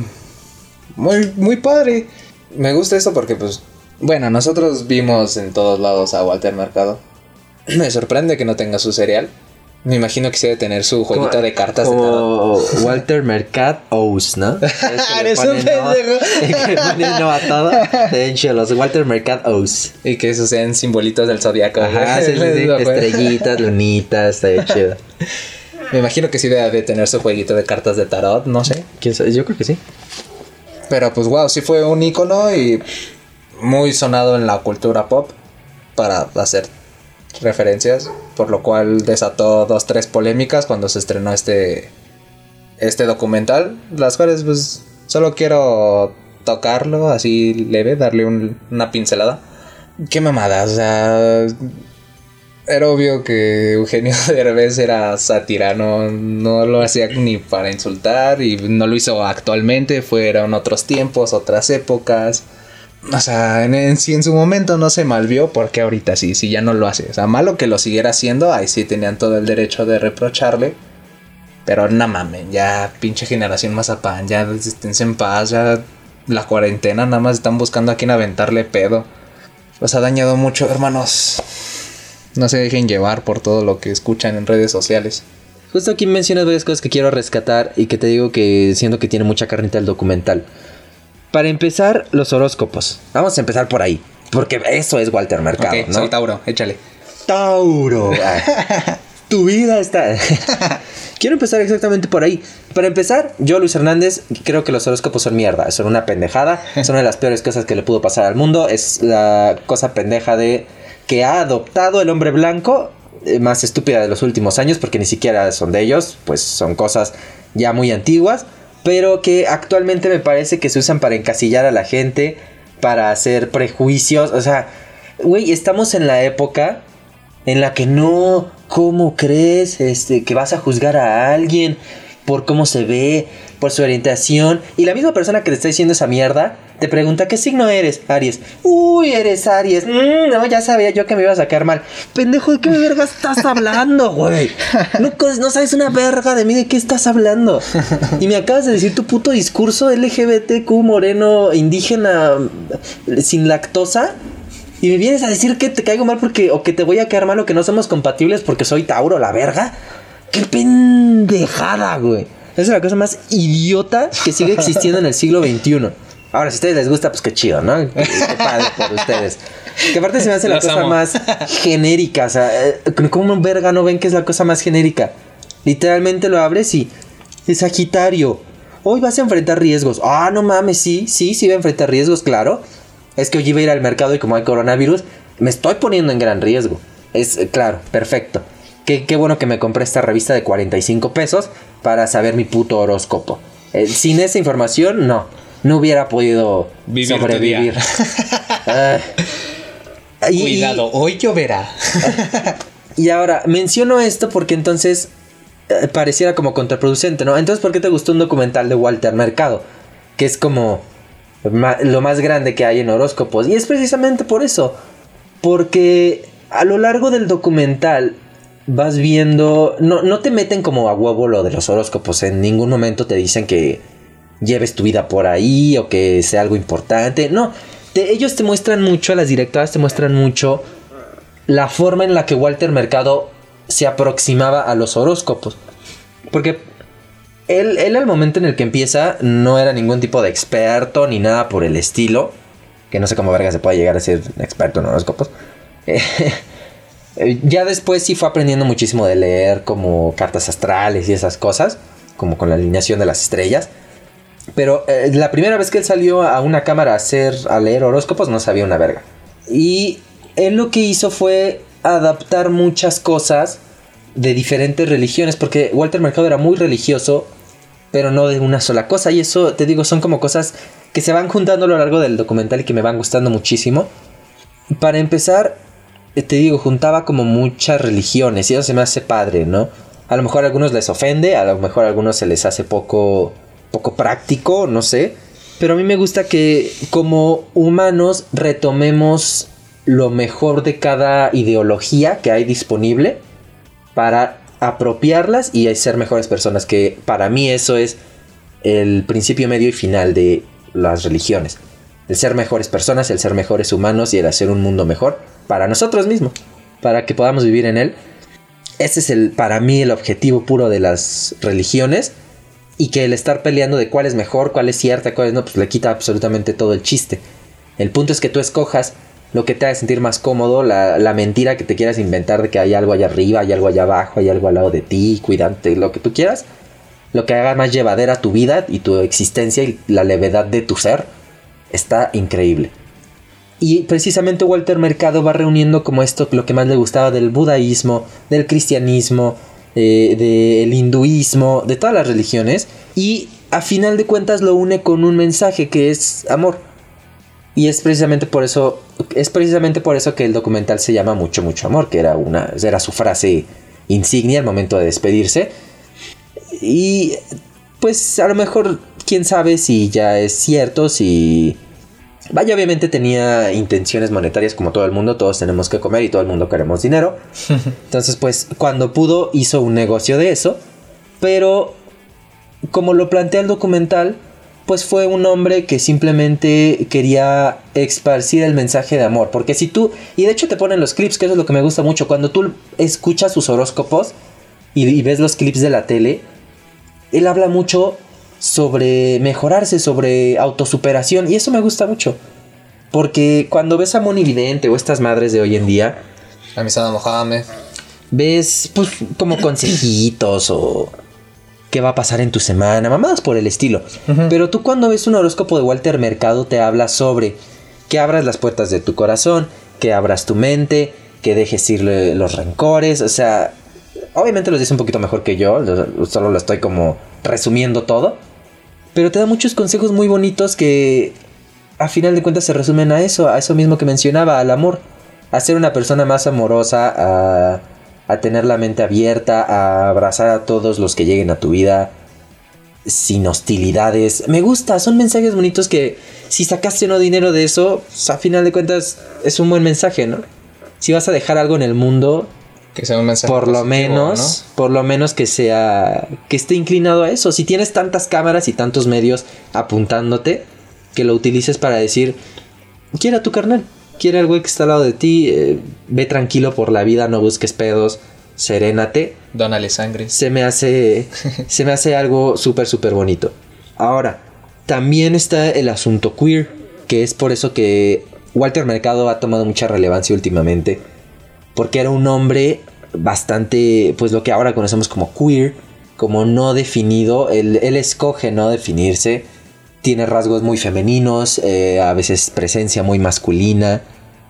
[SPEAKER 3] muy muy padre. Me gusta esto porque pues bueno, nosotros vimos en todos lados a Walter Mercado. Me sorprende que no tenga su cereal. Me imagino que sí debe tener su jueguito como, de cartas
[SPEAKER 1] como de tarot. Walter Mercado Ous, ¿no?
[SPEAKER 3] Eres un pendejo.
[SPEAKER 1] Que ponen no a todo. De hecho, los Walter Mercado Ous.
[SPEAKER 3] Y que esos sean simbolitos del zodiaco.
[SPEAKER 1] Ajá, sí, sí, sí. Estrellitas, lunitas, está bien chido.
[SPEAKER 3] Me imagino que sí debe de tener su jueguito de cartas de tarot, no sé.
[SPEAKER 1] ¿Quién sabe? Yo creo que sí.
[SPEAKER 3] Pero pues wow, sí fue un ícono y muy sonado en la cultura pop para hacer referencias, por lo cual desató dos, tres polémicas cuando se estrenó este este documental, las cuales pues solo quiero tocarlo así leve, darle un, una pincelada. Qué mamada, o sea, era obvio que Eugenio Derbez era sátira, no, no lo hacía ni para insultar y no lo hizo actualmente, fueron otros tiempos, otras épocas. O sea, en, en, si en su momento no se malvió, ¿por qué ahorita sí? Si ya no lo hace. O sea, malo que lo siguiera haciendo, ahí sí tenían todo el derecho de reprocharle. Pero no mamen, ya pinche generación mazapán, ya esténse en paz, ya la cuarentena nada más están buscando a quien aventarle pedo. Los ha dañado mucho, hermanos. No se dejen llevar por todo lo que escuchan en redes sociales.
[SPEAKER 1] Justo aquí mencionas varias cosas que quiero rescatar y que te digo que siento que tiene mucha carnita el documental. Para empezar, los horóscopos. Vamos a empezar por ahí, porque eso es Walter Mercado,
[SPEAKER 3] okay,
[SPEAKER 1] ¿no?
[SPEAKER 3] Soy Tauro, échale.
[SPEAKER 1] Tauro. Ah, tu vida está... Quiero empezar exactamente por ahí. Para empezar, yo, Luis Hernández, creo que los horóscopos son mierda. Son una pendejada. Son una de las peores cosas que le pudo pasar al mundo. Es la cosa pendeja de que ha adoptado el hombre blanco eh, más estúpida de los últimos años, porque ni siquiera son de ellos. Pues son cosas ya muy antiguas, pero que actualmente me parece que se usan para encasillar a la gente, para hacer prejuicios. O sea, güey, estamos en la época en la que no, ¿cómo crees este, que vas a juzgar a alguien por cómo se ve, por su orientación? Y la misma persona que te está diciendo esa mierda te pregunta, ¿qué signo eres? Aries. Uy, eres Aries. Mm, no, ya sabía yo que me iba a sacar mal. Pendejo, ¿de qué verga estás hablando, güey? No, no sabes una verga de mí, ¿de qué estás hablando? Y me acabas de decir tu puto discurso L G B T Q moreno indígena sin lactosa. Y me vienes a decir que te caigo mal porque o que te voy a caer mal o que no somos compatibles porque soy Tauro, la verga. ¡Qué pendejada, güey! Es la cosa más idiota que sigue existiendo en el siglo veintiuno. Ahora, si a ustedes les gusta, pues qué chido, ¿no? Qué, qué padre por ustedes. Que aparte se me hace la Los cosa amo. más genérica. O sea, ¿cómo verga no ven que es la cosa más genérica? Literalmente lo abres y... Es Sagitario. Hoy vas a enfrentar riesgos. Ah, no mames, sí, sí, sí voy a enfrentar riesgos, claro. Es que hoy iba a ir al mercado y como hay coronavirus, me estoy poniendo en gran riesgo. Es, claro, perfecto. Qué, qué bueno que me compré esta revista de cuarenta y cinco pesos para saber mi puto horóscopo. Eh, sin esa información, no. No hubiera podido
[SPEAKER 3] Vivir
[SPEAKER 1] sobrevivir. uh, y,
[SPEAKER 3] Cuidado, hoy lloverá.
[SPEAKER 1] Y ahora, menciono esto porque entonces eh, pareciera como contraproducente, ¿no? Entonces, ¿por qué te gustó un documental de Walter Mercado? Que es como... lo más grande que hay en horóscopos. Y es precisamente por eso. Porque a lo largo del documental vas viendo... No, no te meten como a huevo lo de los horóscopos. En ningún momento te dicen que lleves tu vida por ahí o que sea algo importante. No, te, ellos te muestran mucho, las directoras te muestran mucho la forma en la que Walter Mercado se aproximaba a los horóscopos. Porque él, él al momento en el que empieza no era ningún tipo de experto ni nada por el estilo. Que no sé cómo verga se puede llegar a ser experto en horóscopos. Ya después sí fue aprendiendo muchísimo de leer como cartas astrales y esas cosas. Como con la alineación de las estrellas. Pero eh, la primera vez que él salió a una cámara a, hacer, a leer horóscopos no sabía una verga. Y él lo que hizo fue adaptar muchas cosas de diferentes religiones. Porque Walter Mercado era muy religioso, pero no de una sola cosa. Y eso, te digo, son como cosas que se van juntando a lo largo del documental y que me van gustando muchísimo. Para empezar, te digo, juntaba como muchas religiones y eso se me hace padre, ¿no? A lo mejor a algunos les ofende, a lo mejor a algunos se les hace poco, poco práctico, no sé. Pero a mí me gusta que como humanos retomemos lo mejor de cada ideología que hay disponible para apropiarlas y ser mejores personas, que para mí eso es el principio, medio y final de las religiones. El ser mejores personas, el ser mejores humanos y el hacer un mundo mejor para nosotros mismos, para que podamos vivir en él. Ese es el, para mí, el objetivo puro de las religiones. Y que el estar peleando de cuál es mejor, cuál es cierta, cuál es no, pues le quita absolutamente todo el chiste. El punto es que tú escojas lo que te haga sentir más cómodo, la, la mentira que te quieras inventar de que hay algo allá arriba, hay algo allá abajo, hay algo al lado de ti, cuidante, lo que tú quieras. Lo que haga más llevadera tu vida y tu existencia y la levedad de tu ser. Está increíble. Y precisamente Walter Mercado va reuniendo como esto, lo que más le gustaba del budaísmo, del cristianismo, eh, del hinduismo, de todas las religiones. Y a final de cuentas lo une con un mensaje que es amor. Y es precisamente por eso, es precisamente por eso que el documental se llama Mucho, Mucho Amor, que era, una, era su frase insignia al momento de despedirse. Y pues a lo mejor, quién sabe si ya es cierto, si... Vaya, obviamente tenía intenciones monetarias como todo el mundo, todos tenemos que comer y todo el mundo queremos dinero. Entonces pues cuando pudo hizo un negocio de eso, pero como lo plantea el documental, pues fue un hombre que simplemente quería esparcir el mensaje de amor. Porque si tú, y de hecho te ponen los clips, que eso es lo que me gusta mucho, cuando tú escuchas sus horóscopos y, y ves los clips de la tele, él habla mucho sobre mejorarse, sobre autosuperación, y eso me gusta mucho. Porque cuando ves a Moni Vidente o estas madres de hoy en día,
[SPEAKER 3] a Misada Mohamed,
[SPEAKER 1] ves pues como consejitos o qué va a pasar en tu semana, mamadas por el estilo. Uh-huh. Pero tú cuando ves un horóscopo de Walter Mercado te habla sobre que abras las puertas de tu corazón, que abras tu mente, que dejes ir los rencores. O sea, obviamente los dice un poquito mejor que yo, solo lo estoy como resumiendo todo. Pero te da muchos consejos muy bonitos que a final de cuentas se resumen a eso, a eso mismo que mencionaba, al amor. A ser una persona más amorosa, a, a tener la mente abierta, a abrazar a todos los que lleguen a tu vida sin hostilidades. Me gusta, son mensajes bonitos que si sacaste o no dinero de eso, pues a final de cuentas es un buen mensaje, ¿no? Si vas a dejar algo en el mundo,
[SPEAKER 3] que sea un mensaje
[SPEAKER 1] por
[SPEAKER 3] positivo,
[SPEAKER 1] lo menos, ¿no? Por lo menos que sea, que esté inclinado a eso. Si tienes tantas cámaras y tantos medios apuntándote, que lo utilices para decir, quiere a tu carnal, quiere al güey que está al lado de ti, eh, ve tranquilo por la vida, no busques pedos, serénate.
[SPEAKER 3] Dónale sangre.
[SPEAKER 1] Se me hace, se me hace algo súper, súper bonito. Ahora, también está el asunto queer, que es por eso que Walter Mercado ha tomado mucha relevancia últimamente. Porque era un hombre bastante, pues lo que ahora conocemos como queer, como no definido. Él, él escoge no definirse. Tiene rasgos muy femeninos, eh, a veces presencia muy masculina.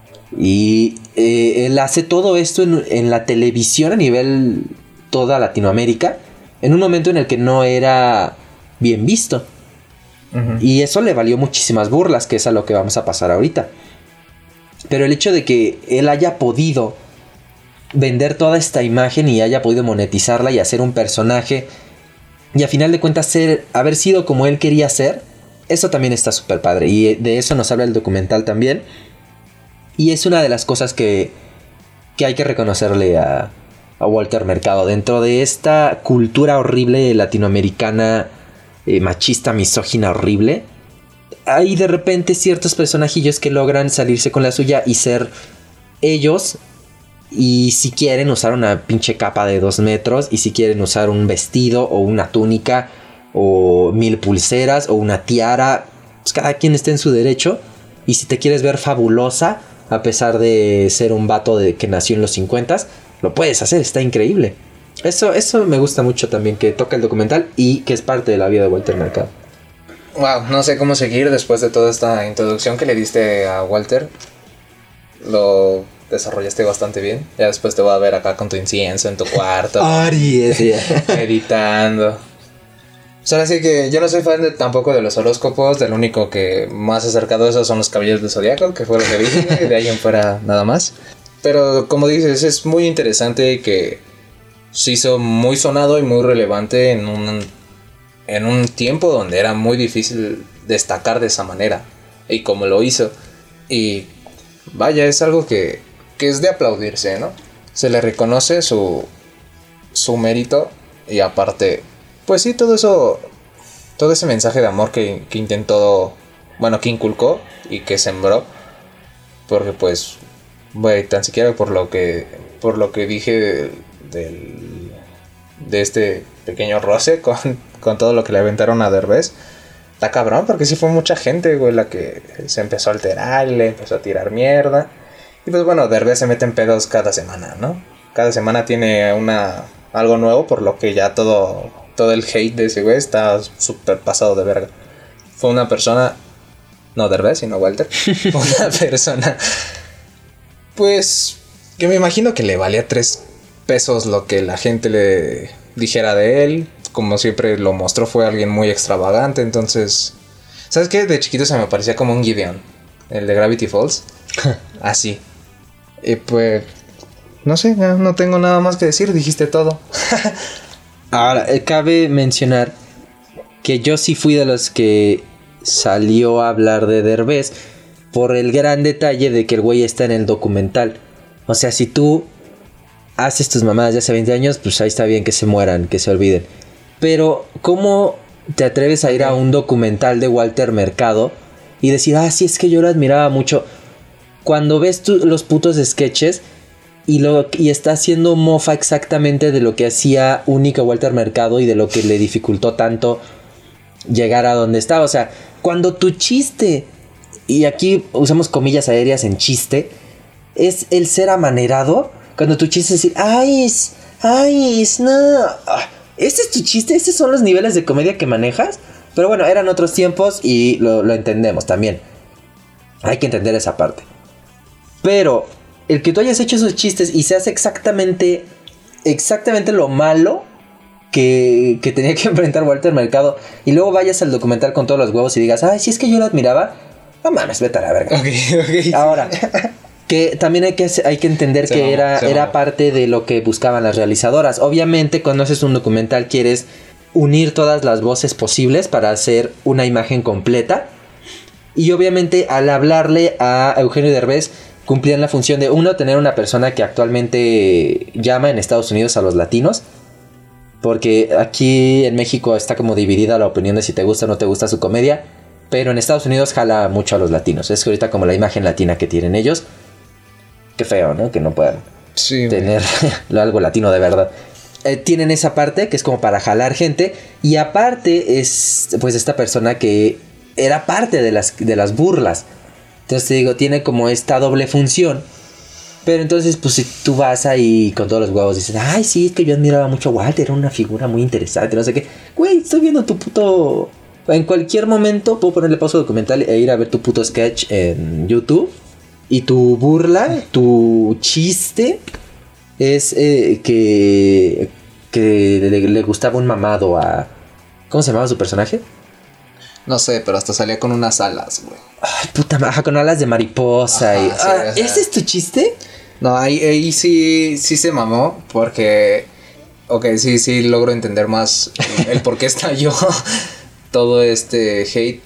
[SPEAKER 1] Y eh, él hace todo esto en, en la televisión a nivel toda Latinoamérica. En un momento en el que no era bien visto. Uh-huh. Y eso le valió muchísimas burlas, que es a lo que vamos a pasar ahorita. Pero el hecho de que él haya podido vender toda esta imagen y haya podido monetizarla y hacer un personaje y a final de cuentas ser, haber sido como él quería ser, eso también está súper padre, y de eso nos habla el documental también. Y es una de las cosas que, que hay que reconocerle a, a Walter Mercado dentro de esta cultura horrible latinoamericana, eh, machista, misógina, horrible. Hay de repente ciertos personajillos que logran salirse con la suya y ser ellos. Y si quieren usar una pinche capa de dos metros, y si quieren usar un vestido o una túnica o mil pulseras, o una tiara. Pues cada quien está en su derecho. Y si te quieres ver fabulosa, a pesar de ser un vato de, que nació en los cincuentas, lo puedes hacer, está increíble. Eso, eso me gusta mucho también, que toca el documental y que es parte de la vida de Walter Mercado.
[SPEAKER 3] Wow, no sé cómo seguir después de toda esta introducción que le diste a Walter. Lo desarrollaste bastante bien. Ya después te voy a ver acá con tu incienso en tu cuarto.
[SPEAKER 1] Aries,
[SPEAKER 3] editando. O sea, así que yo no soy fan de, tampoco de los horóscopos. Del único que más acercado a eso son los Caballeros del Zodiaco, que fue lo que dije. De ahí en fuera nada más. Pero como dices, es muy interesante que se hizo muy sonado y muy relevante en un, en un tiempo donde era muy difícil destacar de esa manera. Y como lo hizo. Y vaya, es algo que, que es de aplaudirse, ¿no? Se le reconoce su, su mérito y aparte... Pues sí, todo eso, todo ese mensaje de amor que, que intentó, bueno, que inculcó y que sembró, porque pues, güey, tan siquiera por lo que, por lo que dije del, de este pequeño roce con, con todo lo que le aventaron a Derbez, está cabrón, porque sí fue mucha gente, güey, la que se empezó a alterar y le empezó a tirar mierda, y pues bueno, Derbez se mete en pedos cada semana, ¿no? Cada semana tiene una, algo nuevo, por lo que ya todo... Todo el hate de ese güey está súper pasado de verga. Fue una persona... No Derbez, sino Walter. Una persona... Pues... Que me imagino que le valía tres pesos lo que la gente le dijera de él. Como siempre lo mostró, fue alguien muy extravagante. Entonces... ¿Sabes qué? De chiquito se me parecía como un Gideon. El de Gravity Falls. Así. Y pues... No sé, no, no tengo nada más que decir. Dijiste todo.
[SPEAKER 1] Ahora, eh, cabe mencionar que yo sí fui de los que salió a hablar de Derbez por el gran detalle de que el güey está en el documental. O sea, si tú haces tus mamadas de hace veinte años, pues ahí está bien que se mueran, que se olviden. Pero, ¿cómo te atreves a ir a un documental de Walter Mercado y decir, ah, sí, es que yo lo admiraba mucho? Cuando ves tú los putos sketches... Y, lo, y está haciendo mofa exactamente de lo que hacía único Walter Mercado y de lo que le dificultó tanto llegar a donde estaba. O sea, cuando tu chiste, y aquí usamos comillas aéreas en chiste, es el ser amanerado. Cuando tu chiste es decir, ay, ay, no. ¿Ese es tu chiste? ¿Esos son los niveles de comedia que manejas? Pero bueno, eran otros tiempos y lo, lo entendemos también. Hay que entender esa parte. Pero... el que tú hayas hecho esos chistes y seas exactamente, exactamente lo malo que, que tenía que enfrentar Walter Mercado, y luego vayas al documental con todos los huevos y digas, ay, si es que yo lo admiraba, no mames, vete a la verga.
[SPEAKER 3] Okay, okay.
[SPEAKER 1] Ahora, que también hay que, hay que entender se que mamó, era, era parte de lo que buscaban las realizadoras. Obviamente, cuando haces un documental quieres unir todas las voces posibles para hacer una imagen completa. Y obviamente, al hablarle a Eugenio Derbez, cumplían la función de, uno, tener una persona que actualmente llama en Estados Unidos a los latinos. Porque aquí en México está como dividida la opinión de si te gusta o no te gusta su comedia. Pero en Estados Unidos jala mucho a los latinos. Es ahorita como la imagen latina que tienen ellos. Qué feo, ¿no? Que no puedan sí, tener algo latino de verdad. Eh, tienen esa parte que es como para jalar gente. Y aparte es pues esta persona que era parte de las, de las burlas. Entonces te digo, tiene como esta doble función. Pero entonces, pues si tú vas ahí con todos los huevos y dices, ay, sí, es que yo admiraba mucho a Walter, era una figura muy interesante, no sé qué. Güey, estoy viendo tu puto... En cualquier momento puedo ponerle pausa documental e ir a ver tu puto sketch en YouTube. Y tu burla, tu chiste es eh, que, que le, le gustaba un mamado a... ¿Cómo se llamaba su personaje?
[SPEAKER 3] No sé, pero hasta salía con unas alas, güey.
[SPEAKER 1] Ay, puta madre, con alas de mariposa. Ajá, y, sí, ah, ¿ese es tu chiste?
[SPEAKER 3] No, ahí, ahí sí, sí se mamó, porque... Ok, sí, sí logro entender más el, el por qué estalló todo este hate.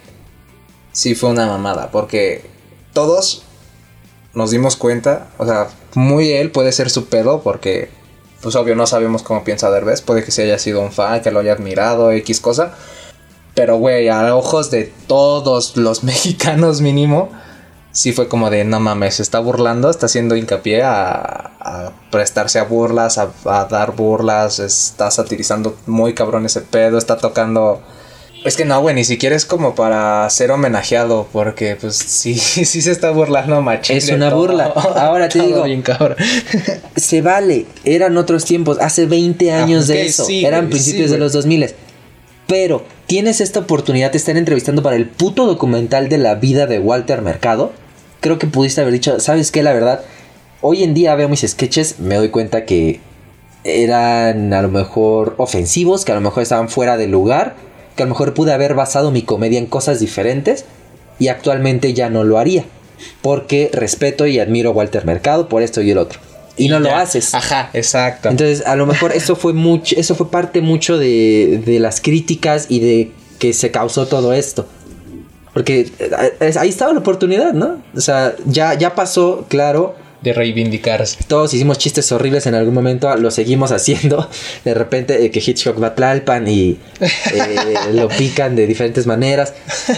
[SPEAKER 3] Sí fue una mamada, porque todos nos dimos cuenta, o sea, muy él puede ser su pedo, porque, pues obvio, no sabemos cómo piensa Derbez. Puede que se haya sido un fan, que lo haya admirado, X cosa. Pero, güey, a ojos de todos los mexicanos mínimo, sí fue como de, no mames, se está burlando, está haciendo hincapié a, a prestarse a burlas, a, a dar burlas, está satirizando muy cabrón ese pedo, está tocando Es que no, güey, ni siquiera es como para ser homenajeado, porque pues sí, sí se está burlando machín.
[SPEAKER 1] Es una
[SPEAKER 3] todo.
[SPEAKER 1] burla. Ahora te
[SPEAKER 3] Todo
[SPEAKER 1] digo,
[SPEAKER 3] bien cabrón.
[SPEAKER 1] se vale, eran otros tiempos, hace veinte años
[SPEAKER 3] Ah,
[SPEAKER 1] de
[SPEAKER 3] ok,
[SPEAKER 1] eso,
[SPEAKER 3] sí,
[SPEAKER 1] eran
[SPEAKER 3] güey,
[SPEAKER 1] principios
[SPEAKER 3] sí,
[SPEAKER 1] de
[SPEAKER 3] güey.
[SPEAKER 1] los dos mil. Pero tienes esta oportunidad de estar entrevistando para el puto documental de la vida de Walter Mercado. Creo que pudiste haber dicho, ¿sabes qué? La verdad, hoy en día veo mis sketches, me doy cuenta que eran a lo mejor ofensivos, que a lo mejor estaban fuera de lugar, que a lo mejor pude haber basado mi comedia en cosas diferentes y actualmente ya no lo haría, porque respeto y admiro a Walter Mercado por esto y el otro. Y, y no ya. Lo haces.
[SPEAKER 3] Ajá, exacto.
[SPEAKER 1] Entonces, a lo mejor eso fue mucho, eso fue parte mucho de, de las críticas y de que se causó todo esto. Porque ahí estaba la oportunidad, ¿no? O sea, ya, ya pasó, claro.
[SPEAKER 3] De reivindicarse.
[SPEAKER 1] Todos hicimos chistes horribles en algún momento, lo seguimos haciendo. De repente eh, que Hitchcock va a Tlalpan y eh, lo pican de diferentes maneras.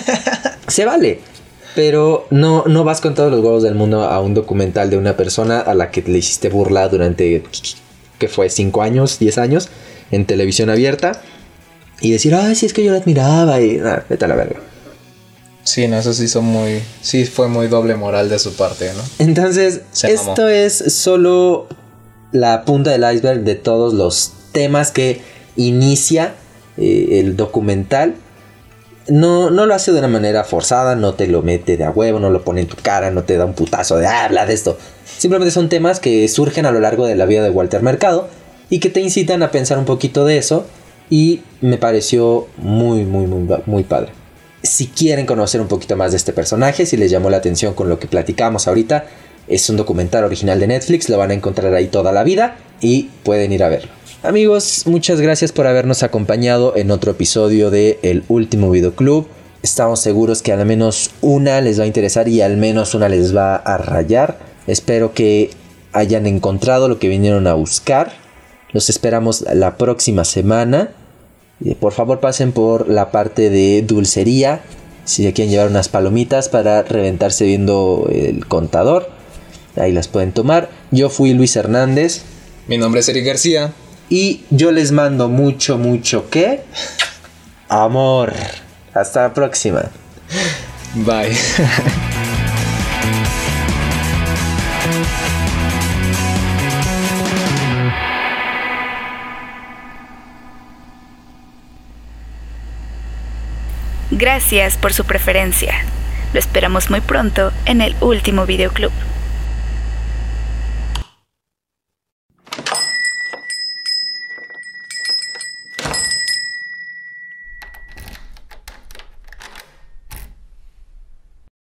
[SPEAKER 1] Se vale. Pero no, no vas con todos los huevos del mundo a un documental de una persona a la que le hiciste burla durante, que fue cinco años, diez años, en televisión abierta. Y decir, ay, sí, es que yo la admiraba y nada, vete a la verga.
[SPEAKER 3] Sí, no, eso sí son muy... Sí, fue muy doble moral de su parte, ¿no?
[SPEAKER 1] Entonces, esto es solo la punta del iceberg de todos los temas que inicia eh, el documental. No, no lo hace de una manera forzada, no te lo mete de a huevo, no lo pone en tu cara, no te da un putazo de ah, habla de esto. Simplemente son temas que surgen a lo largo de la vida de Walter Mercado y que te incitan a pensar un poquito de eso. Y me pareció muy, muy, muy, muy padre. Si quieren conocer un poquito más de este personaje, si les llamó la atención con lo que platicamos ahorita, es un documental original de Netflix, lo van a encontrar ahí toda la vida y pueden ir a verlo. Amigos, muchas gracias por habernos acompañado en otro episodio de El Último Videoclub. Estamos seguros que al menos una les va a interesar y al menos una les va a rayar. Espero que hayan encontrado lo que vinieron a buscar. Los esperamos la próxima semana. Por favor, pasen por la parte de dulcería. Si quieren llevar unas palomitas para reventarse viendo el contador, ahí las pueden tomar. Yo fui Luis Hernández.
[SPEAKER 3] Mi nombre es Eric García.
[SPEAKER 1] Y yo les mando mucho, mucho ¿qué? Amor. Hasta la próxima.
[SPEAKER 3] Bye.
[SPEAKER 2] Gracias por su preferencia. Lo esperamos muy pronto en el Último Videoclub.